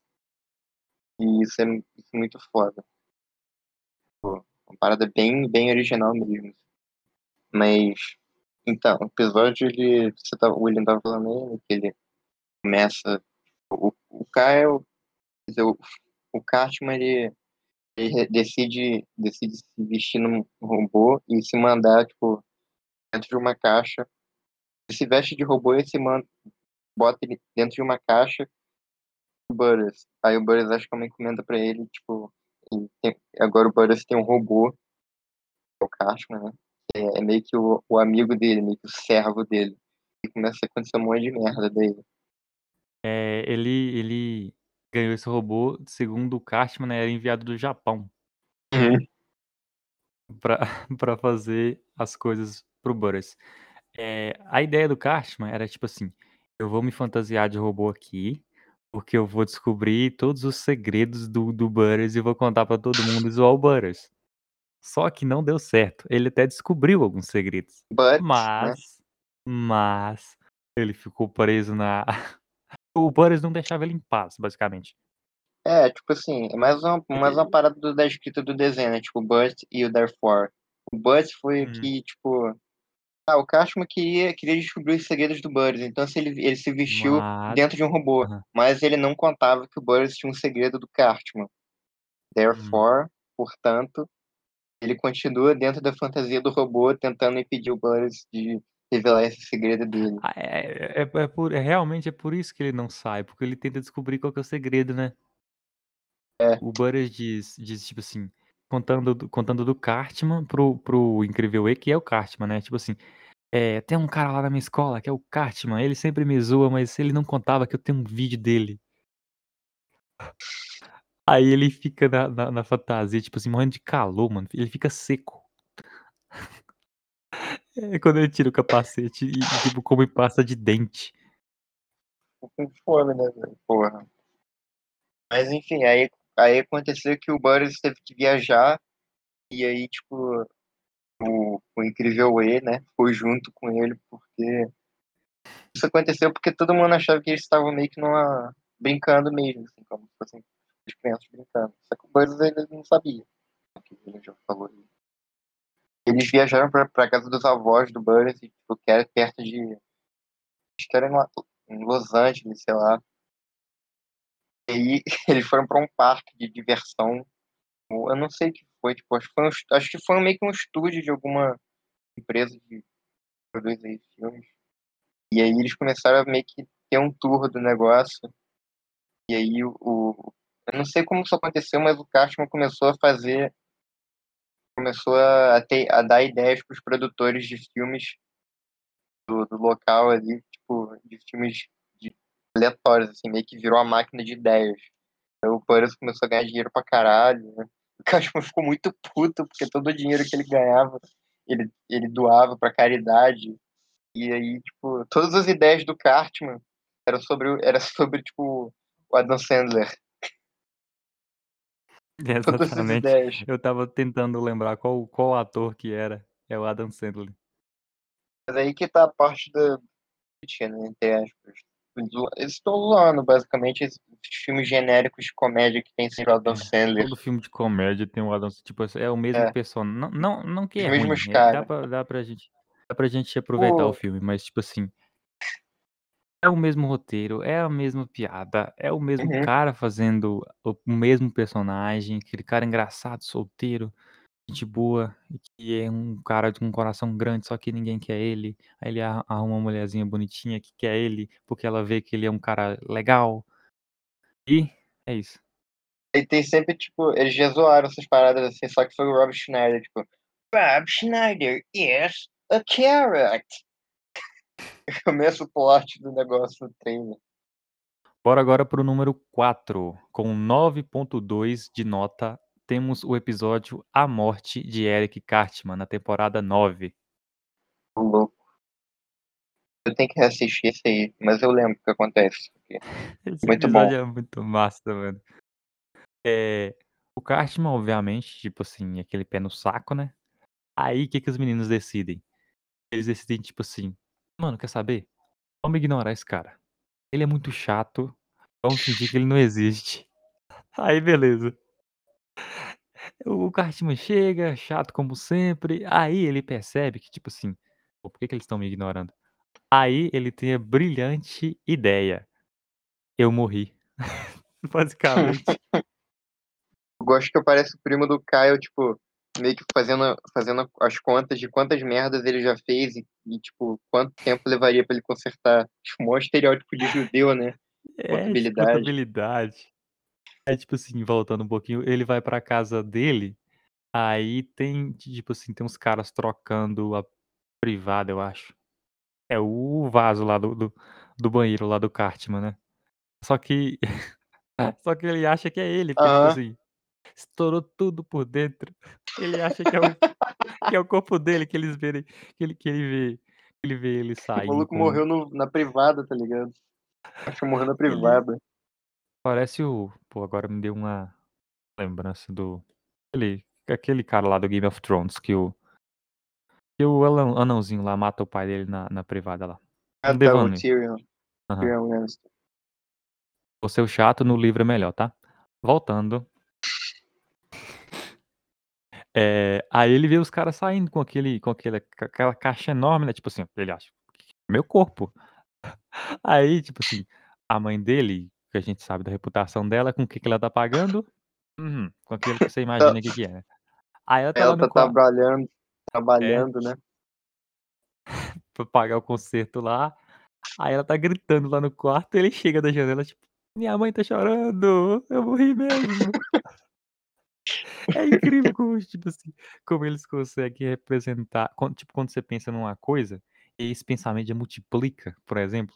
E isso é, isso é muito foda. Pô, uma parada bem, bem original mesmo. Mas, então, o episódio, ele, você tá, o William tava falando aí, né, que ele começa. O, o Kyle, quer dizer, o, o Cartman, ele, ele re- decide, decide se vestir num robô e se mandar, tipo, dentro de uma caixa. Ele se veste de robô e se manda, bota ele dentro de uma caixa do Butters. Aí o Butters acha que é uma encomenda pra ele, tipo, e tem- agora o Butters tem um robô, que é o Cartman, né? É, é meio que o, o amigo dele, meio que o servo dele. E começa a acontecer um monte de merda daí. É, ele, ele ganhou esse robô, segundo o Cartman, né, era enviado do Japão Uhum. pra, pra fazer as coisas pro Butters. É, a ideia do Cartman era tipo assim: eu vou me fantasiar de robô aqui, porque eu vou descobrir todos os segredos do, do Butters e vou contar pra todo mundo e zoar o Butters. Só que não deu certo. Ele até descobriu alguns segredos. But, né? Mas, mas, ele ficou preso na. O Butters não deixava ele em paz, basicamente. É, tipo assim, é mais uma, mais uma Ele- parada do- da escrita do desenho, né? Tipo, o Burt e o Therefore. O Burt foi o Uhum. que, tipo. Ah, o Cashman queria, queria descobrir os segredos do Butters, então se ele, ele se vestiu Mas. dentro de um robô. Aham. Mas ele não contava que o Butters tinha um segredo do Cartman. Hum. Therefore, portanto, ele continua dentro da fantasia do robô, tentando impedir o Butters de revelar esse segredo dele. Ah, É, é, é, é por, é- realmente é por isso que ele não sai, porque ele tenta descobrir qual que é o segredo, né? É. O Butters diz, diz tipo assim, contando, do- contando do Cartman pro, pro Incrível E, que é o Cartman, né? Tipo assim, é, tem um cara lá na minha escola que é o Cartman, ele sempre me zoa, mas ele não contava que eu tenho um vídeo dele. Aí ele fica na, na, na fantasia, tipo assim, morrendo de calor, mano. Ele fica seco. É quando ele tira o capacete e, e, tipo, come pasta de dente. Com fome, né, velho? Porra. Mas enfim, aí, aí aconteceu que o Butters teve que viajar, e aí, tipo, o, o Incrível E, né, foi junto com ele, porque isso aconteceu porque todo mundo achava que eles estavam meio que numa, brincando mesmo, assim, como se fossem as crianças brincando. Só que o Butters ele não sabia, o que ele já falou. Eles viajaram pra, pra casa dos avós do Butters, e, tipo, que era perto de, acho que era em Lo- em Los Angeles, sei lá. E aí eles foram pra um parque de diversão. Eu não sei o que foi, tipo, acho que foi, um, est- acho que foi meio que um estúdio de alguma empresa que produz aí filmes. E aí eles começaram a meio que ter um tour do negócio. E aí o, o- eu não sei como isso aconteceu, mas o Cashman começou a fazer, começou a, ter, a dar ideias para os produtores de filmes do, do local ali, tipo, de filmes de, aleatórios, assim, meio que virou uma máquina de ideias. Então o Paris começou a ganhar dinheiro pra caralho, né? O Cashman ficou muito puto, porque todo o dinheiro que ele ganhava, ele, ele doava pra caridade. E aí, tipo, todas as ideias do Cartman eram sobre, o- era sobre tipo, o Adam Sandler. Todas as Exatamente. ideias. Eu tava tentando lembrar qual, qual ator que era. É o Adam Sandler. Mas aí que tá a parte da crítica, né, entre aspas. Zo- Eles estão zoando, basicamente, esses filmes genéricos de comédia que tem sempre o Adam É, Sandler. todo filme de comédia tem o Adam, tipo, é o mesmo É, personagem. Não, não, não que os é mesmos ruim, é- dá caras. pra, dá pra gente, dá pra gente aproveitar o Pô, filme, mas tipo assim, é o mesmo roteiro, é a mesma piada, é o mesmo uhum. cara fazendo o o mesmo personagem, aquele cara engraçado, solteiro, gente boa, e que é um cara com um coração grande, só que ninguém quer ele. Aí ele ar- arruma uma mulherzinha bonitinha que quer ele, porque ela vê que ele é um cara legal. E é isso. E tem sempre, tipo, eles já zoaram essas paradas assim, só que foi o Rob Schneider, tipo, Rob Schneider is a carrot. Começa o plot do negócio no trailer. Bora agora pro número quatro. Com nove ponto dois de nota, temos o episódio A Morte de Eric Cartman, na temporada nove. Tô louco. Eu tenho que reassistir esse aí, mas eu lembro o que acontece. Porque Esse muito bom. episódio é muito massa, mano. É, o Cartman, obviamente, tipo assim, aquele pé no saco, né? Aí, o que que os meninos decidem? Eles decidem, tipo assim, mano, quer saber? Vamos ignorar esse cara. Ele é muito chato, vamos fingir que ele não existe. Aí, beleza. O Cartman chega, chato como sempre, aí ele percebe que, tipo assim, pô, por que que eles estão me ignorando? Aí ele tem a brilhante ideia: eu morri. Basicamente. Eu gosto que aparece o primo do Kyle, tipo, meio que fazendo, fazendo as contas de quantas merdas ele já fez e, e, tipo, quanto tempo levaria pra ele consertar. Tipo, o maior estereótipo de judeu, né? É, de Contabilidade. contabilidade. É tipo assim, voltando um pouquinho, ele vai pra casa dele, aí tem, tipo assim, tem uns caras trocando a privada, eu acho. É o vaso lá do do do banheiro lá do Cartman, né. Só que só que ele acha que é ele, porque, tipo Aham. assim, estourou tudo por dentro. Ele acha que é o que é o corpo dele, que eles verem que ele que ele vê que ele vê ele O saindo maluco com morreu no, na privada, tá ligado? Acho que morreu na ele privada. parece o pô, agora me deu uma lembrança do aquele aquele cara lá do Game of Thrones que o que o anão anãozinho lá mata o pai dele na na privada lá. Ah, Um tá, o devaneio. Tyrion. Aham. Tyrion Lannister. O seu chato no livro é melhor, tá. Voltando, eh, aí ele vê os caras saindo com aquele com aquele com aquela caixa enorme, né, tipo assim, ele acha: "Meu corpo". Aí, tipo assim, a mãe dele, que a gente sabe da reputação dela, com o que que ela tá pagando? Uhum, com aquilo que você Tá- imagina que que é. Aí ela tá lá Ela no tá qua trabalhando, é, trabalhando, né? pra pagar o concerto lá, aí ela tá gritando lá no quarto, ele chega da janela, tipo: "Minha mãe tá chorando, eu morri mesmo". É incrível como, tipo assim, como eles conseguem representar quando tipo, quando você pensa numa coisa, e esse pensamento já multiplica, por exemplo,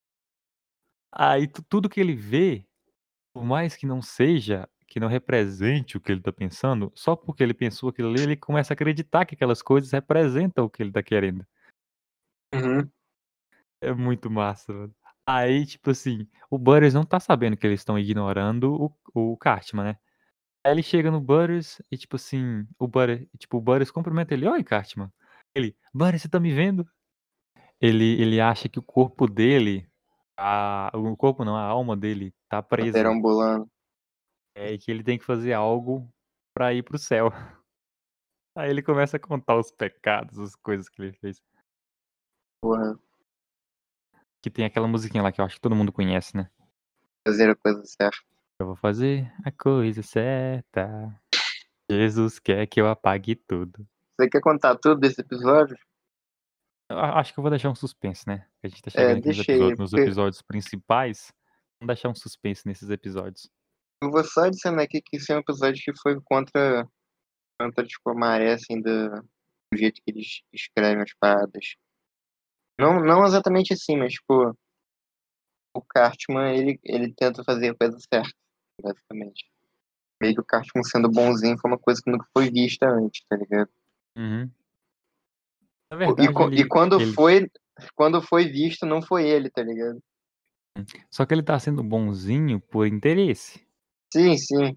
aí tu tudo que ele vê, por mais que não seja, que não represente o que ele tá pensando, só porque ele pensou aquilo ali, ele começa a acreditar que aquelas coisas representam o que ele tá querendo. Uhum. É muito massa, mano. Aí, tipo assim, o Butters não tá sabendo que eles estão ignorando o o Cartman, né. Aí ele chega no Butters e, tipo assim, o Butter tipo, o Butters cumprimenta ele: "Oi, Cartman". Ele: "Butters, você tá me vendo?". Ele ele acha que o corpo dele, a o corpo não, a alma dele tá Tá presa, perambulando. é, e que ele tem que fazer algo pra ir para o céu. Aí ele começa a contar os pecados, as coisas que ele fez. Porra, Que tem aquela musiquinha lá que eu acho que todo mundo conhece, né. fazer a coisa certa. "Eu vou fazer a coisa certa, Jesus quer que eu apague tudo". Você quer contar tudo desse episódio? Eu a acho que eu vou deixar um suspense, né, a gente tá É, chegando aqui nos deixa aí, episódios nos porque episódios principais, vamos deixar um suspense nesses episódios. eu vou só adicionar aqui que esse é um episódio que foi contra, contra tipo, a maré, assim, do, do jeito que eles escrevem as paradas. Não, não exatamente assim, mas, tipo, o Cartman, ele, ele tenta fazer a coisa certa, basicamente. Meio que o Cartman sendo bonzinho foi uma coisa que nunca foi vista antes, tá ligado? Uhum. Na E, verdade co- e ele quando ele foi, quando foi visto, não foi ele, tá ligado? só que ele tá sendo bonzinho por interesse. Sim, sim.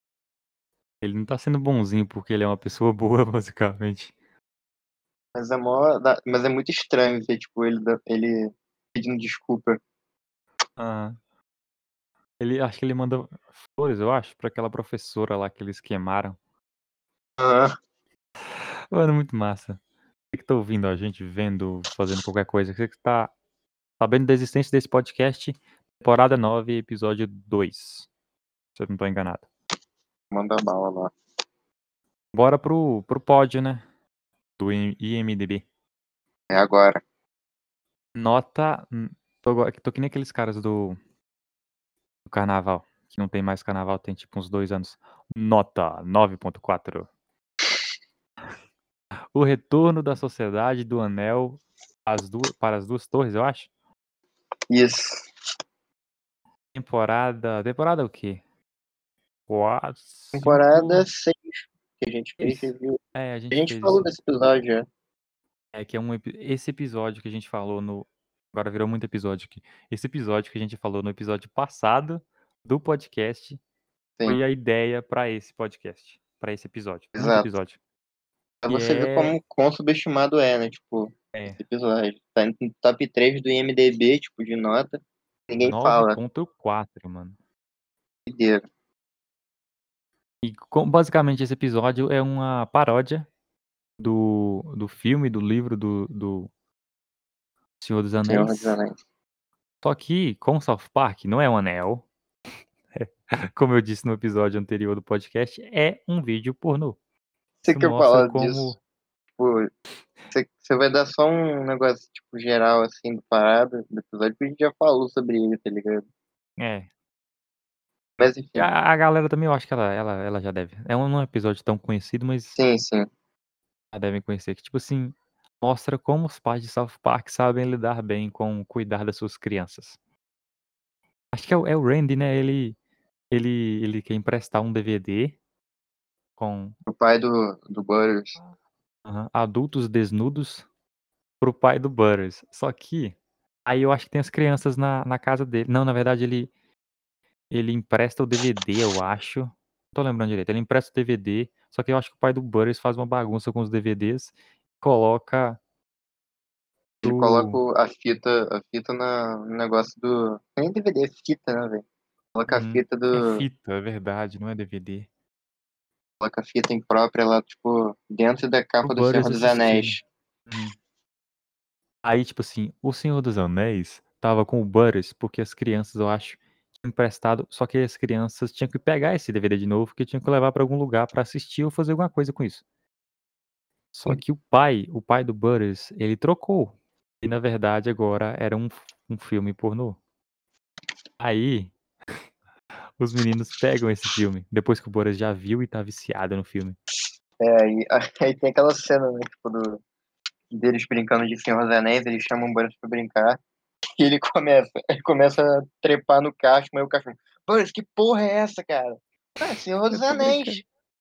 Ele não tá sendo bonzinho porque ele é uma pessoa boa, basicamente. Mas é, mó, da- mas é muito estranho ver, tipo, ele, da- ele pedindo desculpa. Aham. Ele acho que ele mandou flores, eu acho, pra aquela professora lá que eles queimaram. Aham. Mano, muito massa. Você que tá ouvindo a gente, vendo, fazendo qualquer coisa, você que tá sabendo da existência desse podcast, temporada nove, episódio dois, se eu não tô enganado. Manda bala lá. Bora pro pro pódio, né, do I IMDb. É agora. Nota, hum, tô igual tô que nem aqueles caras do do carnaval. que não tem mais carnaval, tem tipo uns dois anos. Nota nove ponto quatro. O Retorno da Sociedade do Anel as duas, para as Duas Torres, eu acho. Isso. Temporada. Temporada o quê? Quatro, Temporada cinco. seis que a gente fez Seis. review. É, a A gente gente fez falou isso. desse episódio já. É que é um epi- esse episódio que a gente falou no. Agora virou muito episódio aqui. Esse episódio que a gente falou no episódio passado do podcast Sim, foi a ideia pra esse podcast, pra esse episódio. Muito exato. episódio. Pra E você ver é, como quão subestimado é, né? Tipo, esse é episódio. Tá no top três do I M D B, tipo, de nota. Ninguém nove fala. ponto quatro, mano. Doideira. E com- basicamente esse episódio é uma paródia do, do filme, do livro do, do Senhor dos Senhor dos Anéis. Anéis. Só que com South Park não é um anel. Como eu disse no episódio anterior do podcast, é um vídeo pornô. Você Isso quer mostra falar disso? como. Tipo, você, você vai dar só um negócio, tipo, geral, assim, do parado, do episódio, que a gente já falou sobre ele, tá ligado? É. Mas, E enfim. a, a galera também, eu acho que ela, ela, ela já deve. É um, não é um episódio tão conhecido, mas Sim, sim. já devem conhecer. Que, tipo assim, mostra como os pais de South Park sabem lidar bem com cuidar das suas crianças. Acho que é o, é o Randy, né? Ele, ele, ele quer emprestar um D V D com O pai do, do Butters. aham, adultos desnudos pro pai do Butters. Só que aí eu acho que tem as crianças na, na casa dele. Não, na verdade ele, ele empresta o D V D, eu acho. Não tô lembrando direito. Ele empresta o D V D, só que eu acho que o pai do Butters faz uma bagunça com os D V Ds, coloca Ele coloca o o- a fita, a fita na, no negócio do. Nem D V D, é fita, né, velho? Coloca a uhum. fita É do. fita, é verdade, não é D V D. Coloca a fita imprópria lá, tipo, dentro da O capa do Senhor Butters dos assistir. Anéis. Uhum. Aí, tipo assim, o Senhor dos Anéis tava com o Butters, porque as crianças, eu acho, tinham emprestado, só que as crianças tinham que pegar esse D V D de novo, porque tinham que levar pra algum lugar pra assistir ou fazer alguma coisa com isso. Só que o pai, o pai do Butters, ele trocou. E na verdade agora era um, um filme pornô. Aí, os meninos pegam esse filme, depois que o Butters já viu e tá viciado no filme. É, aí, aí tem aquela cena, né, tipo, do, deles brincando de Senhor dos Anéis, eles chamam o Butters pra brincar, e ele começa, ele começa a trepar no cachorro, aí o cachorro, Butters, que porra é essa, cara? Ah, Senhor Eu dos tô brincando. Anéis.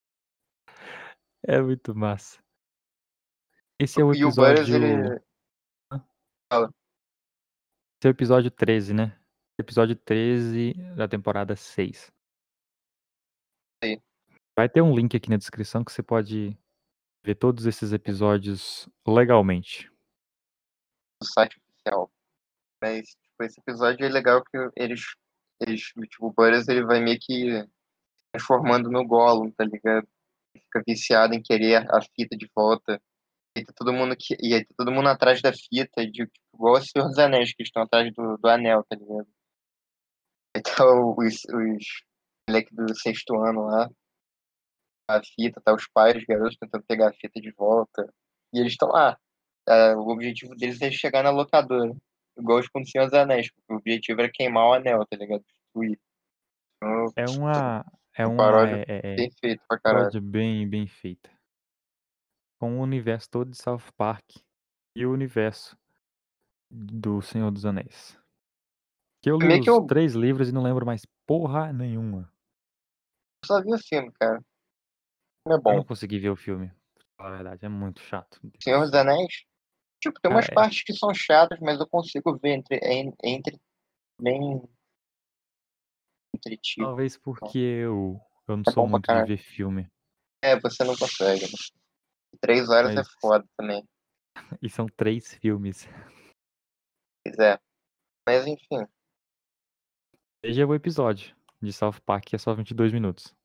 É muito massa. Esse é o E o Butters, episódio. ele fala, Esse é o episódio treze, né? Episódio treze da temporada seis. aí, Vai ter um link aqui na descrição que você pode ver todos esses episódios legalmente. do site oficial. Mas, tipo, esse episódio é legal que eles, eles tipo, o Butters, ele vai meio que transformando no Gollum, tá ligado? Fica viciado em querer a fita de volta. E tá todo mundo, que, e aí tá todo mundo atrás da fita, de, tipo, igual os Senhor dos Anéis, que estão atrás do, do anel, tá ligado? Então, os, os moleques do sexto ano lá, a fita, tá os pais, os garotos tentando pegar a fita de volta. E eles estão lá. É, o objetivo deles é chegar na locadora. Igual os com Senhor dos Anéis, porque o objetivo era queimar o anel, tá ligado? Destruir. Então, É uma. É uma uma. paródia É, é, é bem feita pra caralho. paródia bem, bem feita. Com o universo todo de South Park e o universo do Senhor dos Anéis. Que eu li Meio que os eu três livros e não lembro mais porra nenhuma. só vi o filme, cara. Não é Eu bom. não consegui ver o filme, pra falar a verdade, é muito chato. Meu Deus do Senhor dos céu. Anéis, tipo, tem Cara, umas é. partes que são chatas, mas eu consigo ver entre, en- entre bem entretido. Talvez Então, porque eu, eu não é sou bom pra muito de caralho. ver filme. É, você não consegue, né? Três horas é Mas. foda também. E são três filmes. Pois é. Mas enfim, Veja o episódio de South Park, que é só vinte e dois minutos.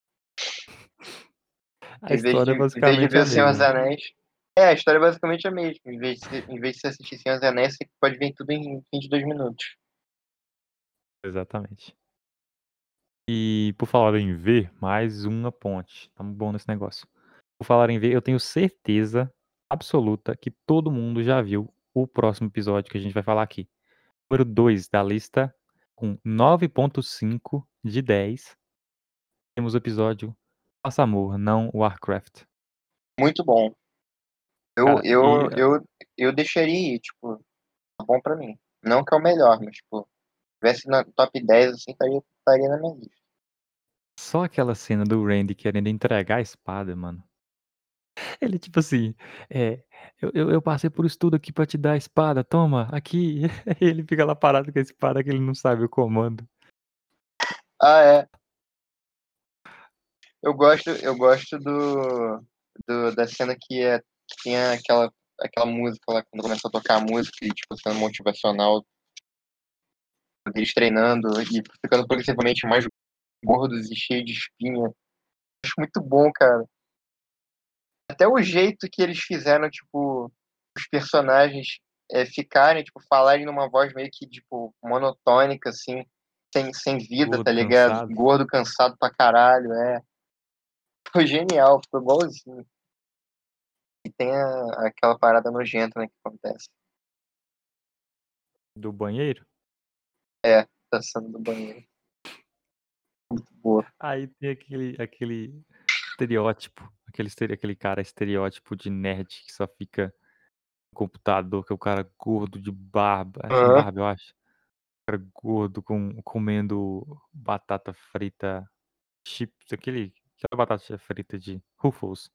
A em vez de, história é em vez de basicamente ver a o Senhor dos mesma. Anéis. É, a história é basicamente a mesma. Em vez de, em vez de você assistir Senhor dos Anéis, você pode ver tudo em vinte e dois minutos. Exatamente. E por falar em ver, mais uma ponte. Tamo bom nesse negócio. Por falar em ver, eu tenho certeza absoluta que todo mundo já viu o próximo episódio que a gente vai falar aqui. Número dois da lista, com nove ponto cinco de dez, temos o episódio Faça Amor, não Warcraft. Muito bom. Eu, Cara, e eu, eu, eu deixaria, ir, tipo, tá bom pra mim. Não que é o melhor, mas, tipo, se tivesse na top dez, assim, estaria, estaria na minha lista. só aquela cena do Randy querendo entregar a espada, mano. Ele tipo assim, é, eu eu eu passei por isso tudo aqui pra te dar a espada, toma, aqui. E ele fica lá parado com a espada que ele não sabe o comando. Ah, é. Eu gosto, eu gosto do, do da cena que, é, que tem aquela, aquela música lá, quando começa a tocar a música e, tipo, sendo motivacional, eles treinando e ficando progressivamente mais gordos e cheios de espinha. Acho muito bom, cara. Até o jeito que eles fizeram, tipo, os personagens é, ficarem, tipo, falarem numa voz meio que, tipo, monotônica, assim, sem, sem vida, tá Gordo, ligado? cansado. Gordo, cansado pra caralho, é. Foi genial, foi igualzinho. E tem a- aquela parada nojenta, né, que acontece. Do banheiro. É, tá saindo do banheiro. Boa. Aí tem aquele aquele estereótipo, aquele estere aquele cara estereótipo de nerd que só fica no computador, que é o cara gordo de barba, é, sem Aham. barba eu acho. O cara gordo com comendo batata frita, chips, aquele aquela batata frita de Ruffles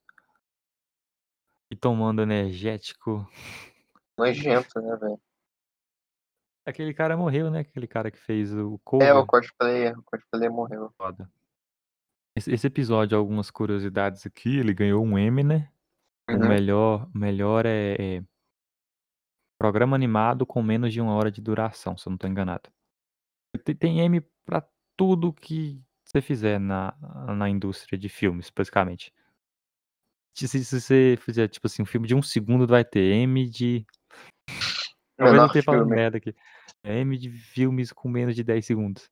e tomando energético. Nojento, né, velho? Aquele cara morreu, né, aquele cara que fez o É, o cover. cosplayer, o cosplayer morreu. Foda. Esse esse episódio, algumas curiosidades aqui, ele ganhou um Emmy, né, o Uhum. melhor melhor, eh eh, programa animado com menos de uma hora de duração, se eu não tô enganado. Te tem Emmy pra tudo que você fizer na na indústria de filmes, basicamente. Se se se você fizer, tipo assim, um filme de um segundo, vai ter Emmy de talvez eu Menor esteja falando filme. merda aqui. Emmy de filmes com menos de dez segundos.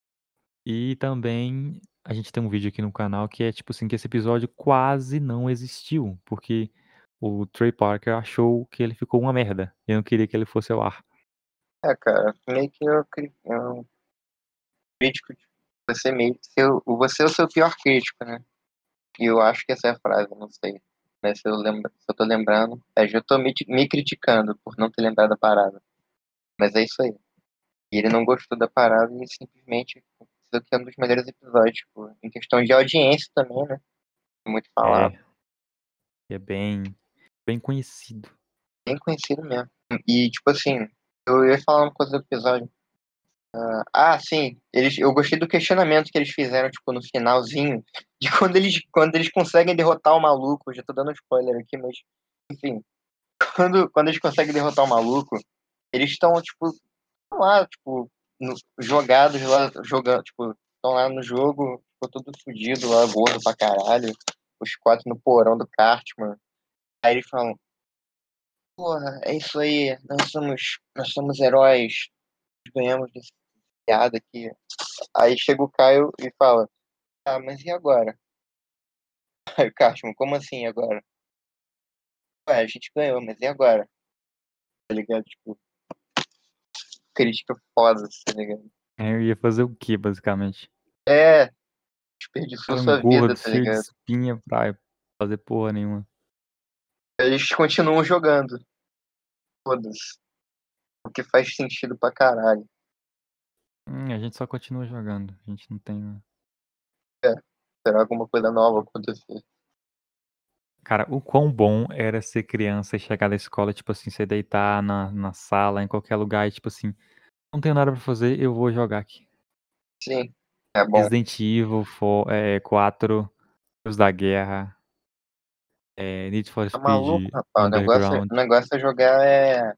E também a gente tem um vídeo aqui no canal que é tipo assim, que esse episódio quase não existiu, porque o Trey Parker achou que ele ficou uma merda, e eu não queria que ele fosse ao ar. É, cara, meio que eu, cri- eu crítico, tipo, você meio que seu, você é o seu pior crítico, né? E eu acho que essa é a frase, não sei. Né, se eu lembro, se eu tô lembrando. É, já tô me, me criticando por não ter lembrado da parada. Mas é isso aí. E ele não gostou da parada e simplesmente isso aqui é um dos melhores episódios, tipo, em questão de audiência também, né? Muito falado. É, é bem bem conhecido. Bem conhecido mesmo. E tipo assim, eu ia falar uma coisa do episódio. Ah, sim. Eles, eu gostei do questionamento que eles fizeram, tipo, no finalzinho, de quando eles, quando eles conseguem derrotar o maluco. Eu já tô dando spoiler aqui, mas, enfim. Quando, quando eles conseguem derrotar o maluco, eles estão, tipo, tão lá, tipo, no- jogados lá, jogando, tipo, estão lá no jogo, ficou tudo fudido lá, gordo pra caralho. Os quatro no porão do Cartman. Aí eles falam, porra, é isso aí, nós somos, nós somos heróis, ganhamos desse piada aqui. Aí chega o Caio e fala, ah, mas e agora? Aí o Cartman, como assim agora? Ué, a gente ganhou, mas e agora? Tá ligado? Tipo, crítica foda, tá ligado? É, eu ia fazer o quê, basicamente? É, desperdiçou Era um sua vida, gordo tá cheio de ligado? espinha pra fazer porra nenhuma. Eles continuam jogando, foda-se. O que faz sentido pra caralho. Hum, a gente só continua jogando, a gente não tem É, será alguma coisa nova acontecer. cara, o quão bom era ser criança e chegar da escola, tipo assim, você deitar na na sala, em qualquer lugar e tipo assim: "Não tenho nada pra fazer, eu vou jogar aqui". Sim, é bom. Resident Evil fo eh, quatro, Deus da Guerra, eh, Need for Tá maluco, Speed rapaz? O negócio, Underground. o negócio é jogar é,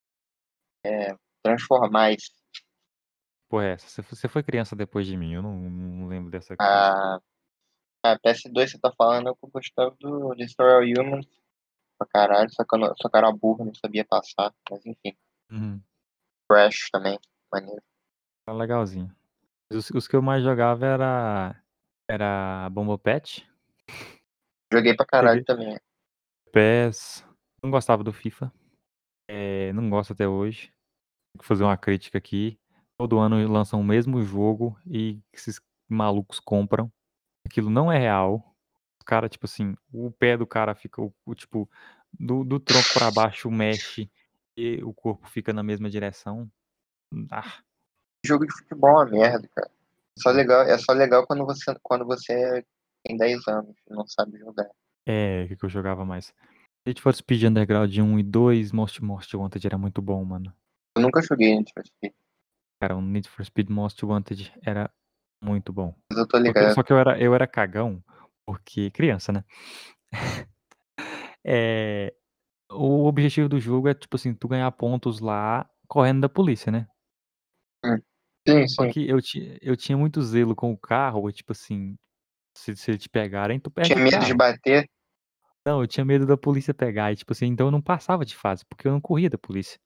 é transformar isso. Porra é essa? Você fo você foi criança depois de mim, eu não não lembro dessa coisa. A, a P S dois você tá falando, eu gostava do Destroy All Humans pra caralho, só que eu, não, só que eu era burro, não sabia passar. Mas enfim, Uhum. Crash também, maneiro. Era legalzinho. Os os que eu mais jogava era era Bomba Patch, Joguei pra caralho P também. PES, não gostava do FIFA, eh, não gosto até hoje. Tenho que fazer uma crítica aqui. todo ano lançam o mesmo jogo e esses malucos compram. Aquilo não é real. O cara, tipo assim, o pé do cara fica, o, o, tipo, do, do tronco pra baixo mexe e o corpo fica na mesma direção. Ah, Jogo de futebol é uma merda, cara. Só legal, é só legal quando você, quando você tem dez anos e não sabe jogar. é, o que que eu jogava mais? Need for Speed Underground um e dois, Most Most Wanted era muito bom, mano. Eu nunca joguei Need for Speed, Cara, o Need for Speed Most Wanted era muito bom. mas eu tô Só que, ligado. só que eu era, eu era cagão, porque criança, né? É, o objetivo do jogo é, tipo assim, tu ganhar pontos lá correndo da polícia, né? Hum. Sim, Só sim. que eu, ti, eu tinha muito zelo com o carro, e, tipo assim, se, se eles te pegarem, tu perde Tinha o medo de carro. bater. Não, eu tinha medo da polícia pegar, e tipo assim, então eu não passava de fase, porque eu não corria da polícia.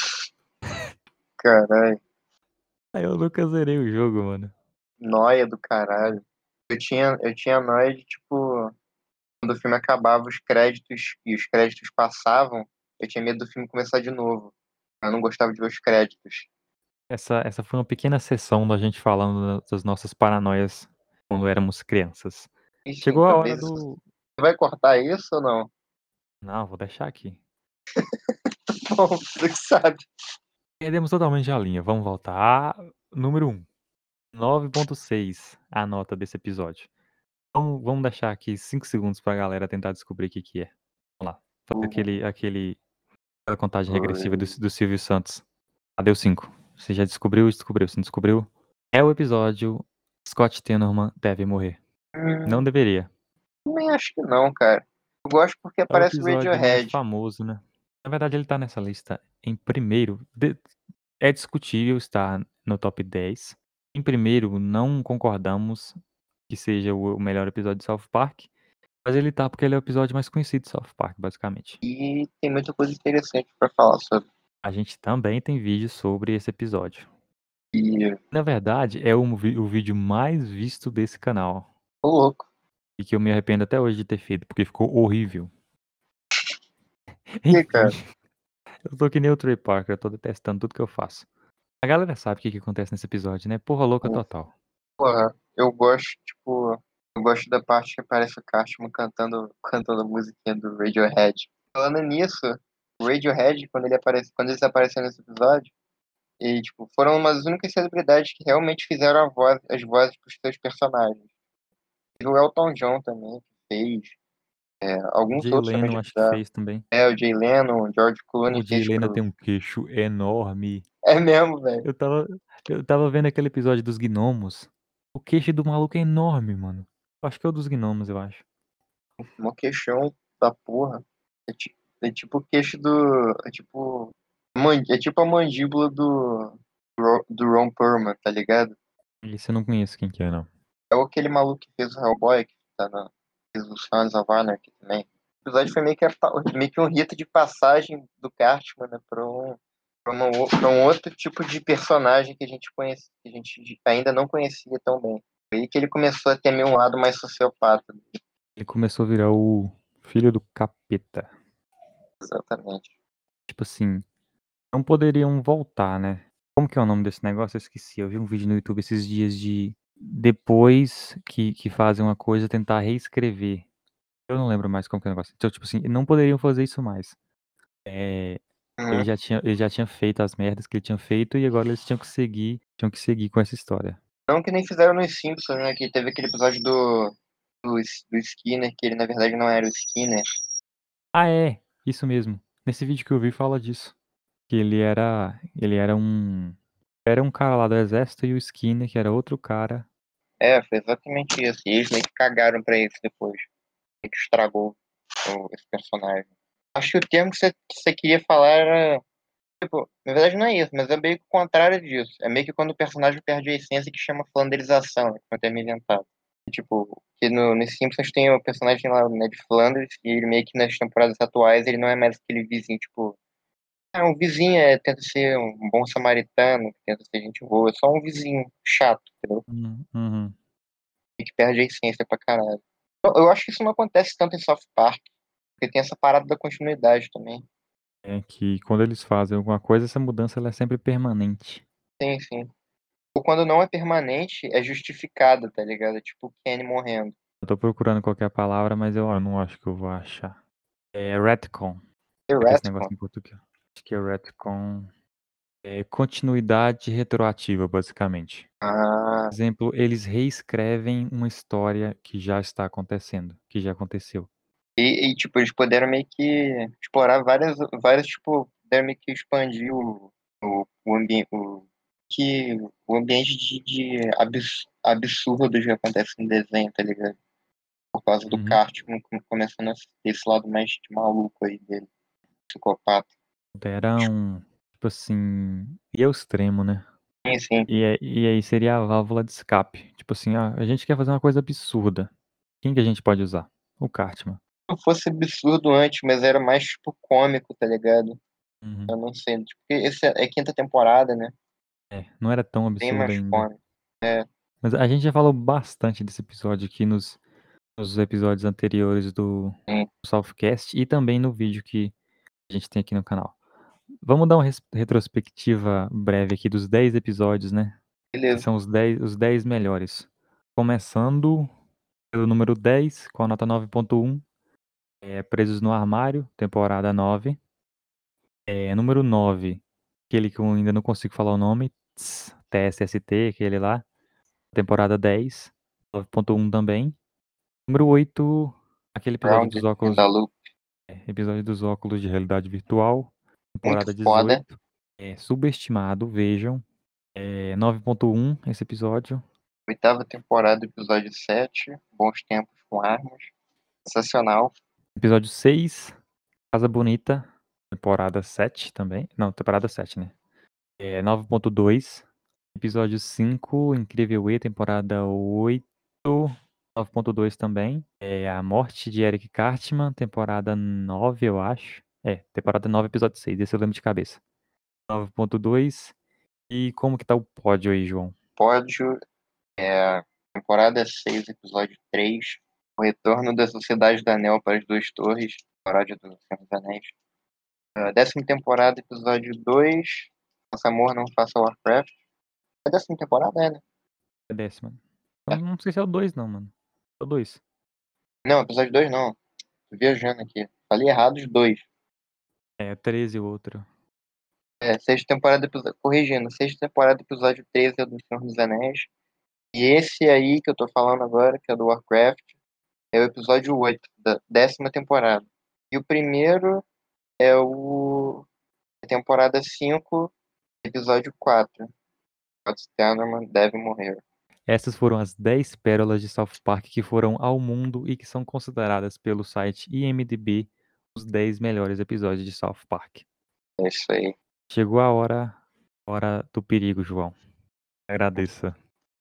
Caralho, Aí eu nunca zerei o jogo, mano. nóia do caralho. Eu tinha, eu tinha nóia de, tipo, quando o filme acabava, os créditos e os créditos passavam, eu tinha medo do filme começar de novo. Eu não gostava de ver os créditos. Essa, essa foi uma pequena sessão da gente falando das nossas paranoias quando éramos crianças. Enfim, Chegou a hora talvez. Você do. vai cortar isso ou não? Não, vou deixar aqui. Bom, você que sabe. Perdemos totalmente a linha. Vamos voltar. Número um. nove ponto seis a nota desse episódio. Vamos, vamos deixar aqui cinco segundos pra galera tentar descobrir o que que é. Vamos lá. Fazer aquele, aquele, aquela contagem regressiva do, do Silvio Santos. Ah, deu cinco. Você já descobriu? Descobriu. Se não descobriu? É o episódio Scott Tenorman deve morrer. Não Hum, deveria. nem acho que não, cara. Eu gosto porque É o aparece o episódio mais Radiohead. famoso, né? Na verdade, ele tá nessa lista em primeiro. De- É discutível estar no top dez. Em primeiro, não concordamos que seja o o melhor episódio de South Park, mas ele tá porque ele é o episódio mais conhecido de South Park, basicamente. E tem muita coisa interessante pra falar sobre. A gente também tem vídeo sobre esse episódio. E, Na verdade, é o, vi- o vídeo mais visto desse canal. ô louco. E que eu me arrependo até hoje de ter feito, porque ficou horrível. E, Enfim, cara, eu tô que nem o Trey Parker, eu tô detestando tudo que eu faço. A galera sabe o que, que acontece nesse episódio, né? Porra louca total. porra, eu gosto, tipo, eu gosto da parte que aparece o Cartman cantando, cantando a musiquinha do Radiohead. Falando nisso, o Radiohead, quando ele aparece, quando eles apareceram nesse episódio, e, tipo, foram uma das únicas celebridades que realmente fizeram a voz, as vozes pros seus personagens. Teve o Elton John também, que fez. É, O alguns Jay outros também Leno já acho que fizeram. fez também. É, o Jay Leno, o George Clooney O Jay fez Leno pro... tem um queixo enorme. É mesmo, velho. Eu tava, eu tava vendo aquele episódio dos gnomos. O queixo do maluco é enorme, mano. Eu acho que é o dos gnomos, eu acho. Mó queixão da porra. É, ti- é tipo o queixo do... É tipo... man- É tipo a mandíbula do... Ro- Do Ron Perlman, tá ligado? Esse eu não conheço quem que é, não. É aquele maluco que fez o Hellboy, que tá na... fez o Sons of Anarchy também. O episódio foi meio que, a pa- meio que um rito de passagem do Cartman, né, pra um, pra, uma, o- pra um outro tipo de personagem que a gente conhece, que a gente ainda não conhecia tão bem. Foi aí que ele começou a ter meio um lado mais sociopata. Ele começou a virar o filho do capeta. Exatamente. Tipo assim, não poderiam voltar, né? Como que é o nome desse negócio? Eu esqueci. Eu vi um vídeo no YouTube esses dias de depois que, que fazem uma coisa tentar reescrever. Eu não lembro mais como que é o negócio. Então, tipo assim, não poderiam fazer isso mais. É, ele Uhum. já tinha, ele já tinha feito as merdas que ele tinha feito e agora eles tinham que seguir, tinham que seguir com essa história. Não que nem fizeram nos Simpsons, né? Que teve aquele episódio do, do, do Skinner, que ele na verdade não era o Skinner. Ah, é, isso mesmo. Nesse vídeo que eu vi fala disso, que ele era, ele era um, era um cara lá do exército e o Skinner, que era outro cara. É, foi exatamente isso. E eles meio que cagaram pra isso depois. Meio que estragou o- esse personagem. Acho que o termo que você, que você queria falar era. Tipo, na verdade não é isso, mas é meio que o contrário disso. É meio que quando o personagem perde a essência que chama flanderização, né, que foi até me inventado. E, tipo, que no, nos Simpsons tem o personagem lá, o Ned Flanders, e ele meio que nas temporadas atuais ele não é mais aquele vizinho, tipo, é um vizinho, é, tenta ser um bom samaritano, tenta ser gente boa, é só um vizinho chato, entendeu? Uhum, uhum. E que perde a essência pra caralho. Eu, eu acho que isso não acontece tanto em South Park, porque tem essa parada da continuidade também. É que quando eles fazem alguma coisa, essa mudança ela é sempre permanente. Sim, sim. Ou quando não é permanente, é justificada, tá ligado? É tipo o Kenny morrendo. Eu tô procurando qualquer palavra, mas eu, eu não acho que eu vou achar. É retcon. The É que esse negócio Retcon. em português. Acho que é retcon. É continuidade retroativa, basicamente. Ah, Por exemplo, eles reescrevem uma história que já está acontecendo, que já aconteceu. e, e, tipo, eles puderam meio que explorar várias, várias tipo, puderam meio que expandir o, o, o, ambi o, que, o ambiente de, de abs, absurdo que acontece no desenho, tá ligado? Por causa do Uhum. Cartman começando a ter esse lado mais de maluco aí dele, psicopata. Era um, tipo assim, e é o extremo, né? Sim, sim. E, é- e aí seria a válvula de escape. Tipo assim, ah, a gente quer fazer uma coisa absurda. Quem que a gente pode usar? O Cartman. Não fosse absurdo antes, mas era mais, tipo, cômico, tá ligado? Uhum. Eu não sei, tipo, porque esse é, é quinta temporada, né? É, não era tão Bem absurdo mais ainda. cômico. É, Mas a gente já falou bastante desse episódio aqui nos, nos episódios anteriores do sim. Southcast e também no vídeo que a gente tem aqui no canal. Vamos dar uma res- retrospectiva breve aqui dos dez episódios, né? Que Beleza. são os dez os dez melhores. Começando pelo número dez, com a nota nove ponto um, é Presos no Armário, temporada nove. É, número nove, aquele que eu ainda não consigo falar o nome, Tss, T S S T, aquele lá, temporada dez, nove ponto um também. Número oito, aquele episódio dos Grounded in óculos, the Loop. é, episódio dos óculos de realidade virtual, Muito temporada foda. dezoito. É, subestimado, vejam. É, nove ponto um esse episódio. Oitava temporada, episódio sete. Bons tempos com armas. Sensacional. Episódio seis, Casa Bonita, temporada sete também. Não, temporada sete, né? É, nove ponto dois. Episódio cinco, Incrível E, temporada oito. nove ponto dois também. É A Morte de Eric Cartman, temporada nove, eu acho. É, temporada nove, episódio seis. Esse eu lembro de cabeça. nove ponto dois. E como que tá o pódio aí, João? Pódio. É, temporada seis, episódio três. O Retorno da Sociedade do Anel para as Duas Torres. Paródia do Senhor dos Anéis. É, décima temporada, episódio dois. Faça amor, não faça Warcraft. É a décima temporada, é, né? É décima. Eu não sei se é o dois, não, mano. É o dois. Não, episódio dois não. Tô viajando aqui. Falei errado os dois. É, treze o outro. É, sexta temporada, episódio... corrigindo, sexta temporada, episódio treze é do Senhor dos Anéis. E esse aí que eu tô falando agora, que é do Warcraft, é o episódio oito da décima temporada. E o primeiro é o a temporada cinco, episódio quatro. Scott Tenorman deve morrer. Essas foram as dez pérolas de South Park que foram ao mundo e que são consideradas pelo site I M D B os dez melhores episódios de South Park. É isso aí. Chegou a hora, hora do perigo, João. Agradeça.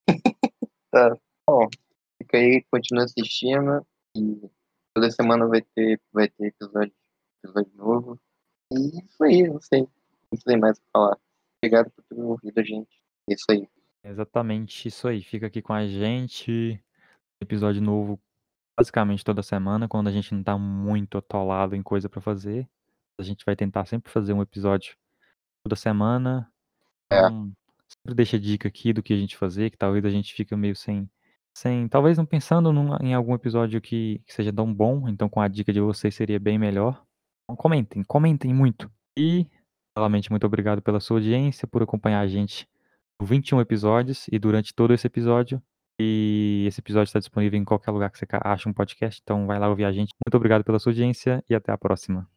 Tá. Bom, fica aí, continua assistindo. E toda semana vai ter, vai ter episódio, episódio novo. E isso aí, não sei. Não sei mais o que falar. Obrigado por ter ouvido a gente. É isso aí. É exatamente isso aí. Fica aqui com a gente. Episódio novo basicamente toda semana, quando a gente não tá muito atolado em coisa pra fazer. A gente vai tentar sempre fazer um episódio toda semana. É, Então, sempre deixa dica aqui do que a gente fazer, que talvez a gente fica meio sem, sem, talvez não pensando num- em algum episódio que, que seja tão bom, então com a dica de vocês seria bem melhor. Então, comentem, comentem muito. E, novamente, muito obrigado pela sua audiência, por acompanhar a gente por vinte e um episódios e durante todo esse episódio. E esse episódio está disponível em qualquer lugar que você ca- acha um podcast, então vai lá ouvir a gente. Muito obrigado pela sua audiência e até a próxima.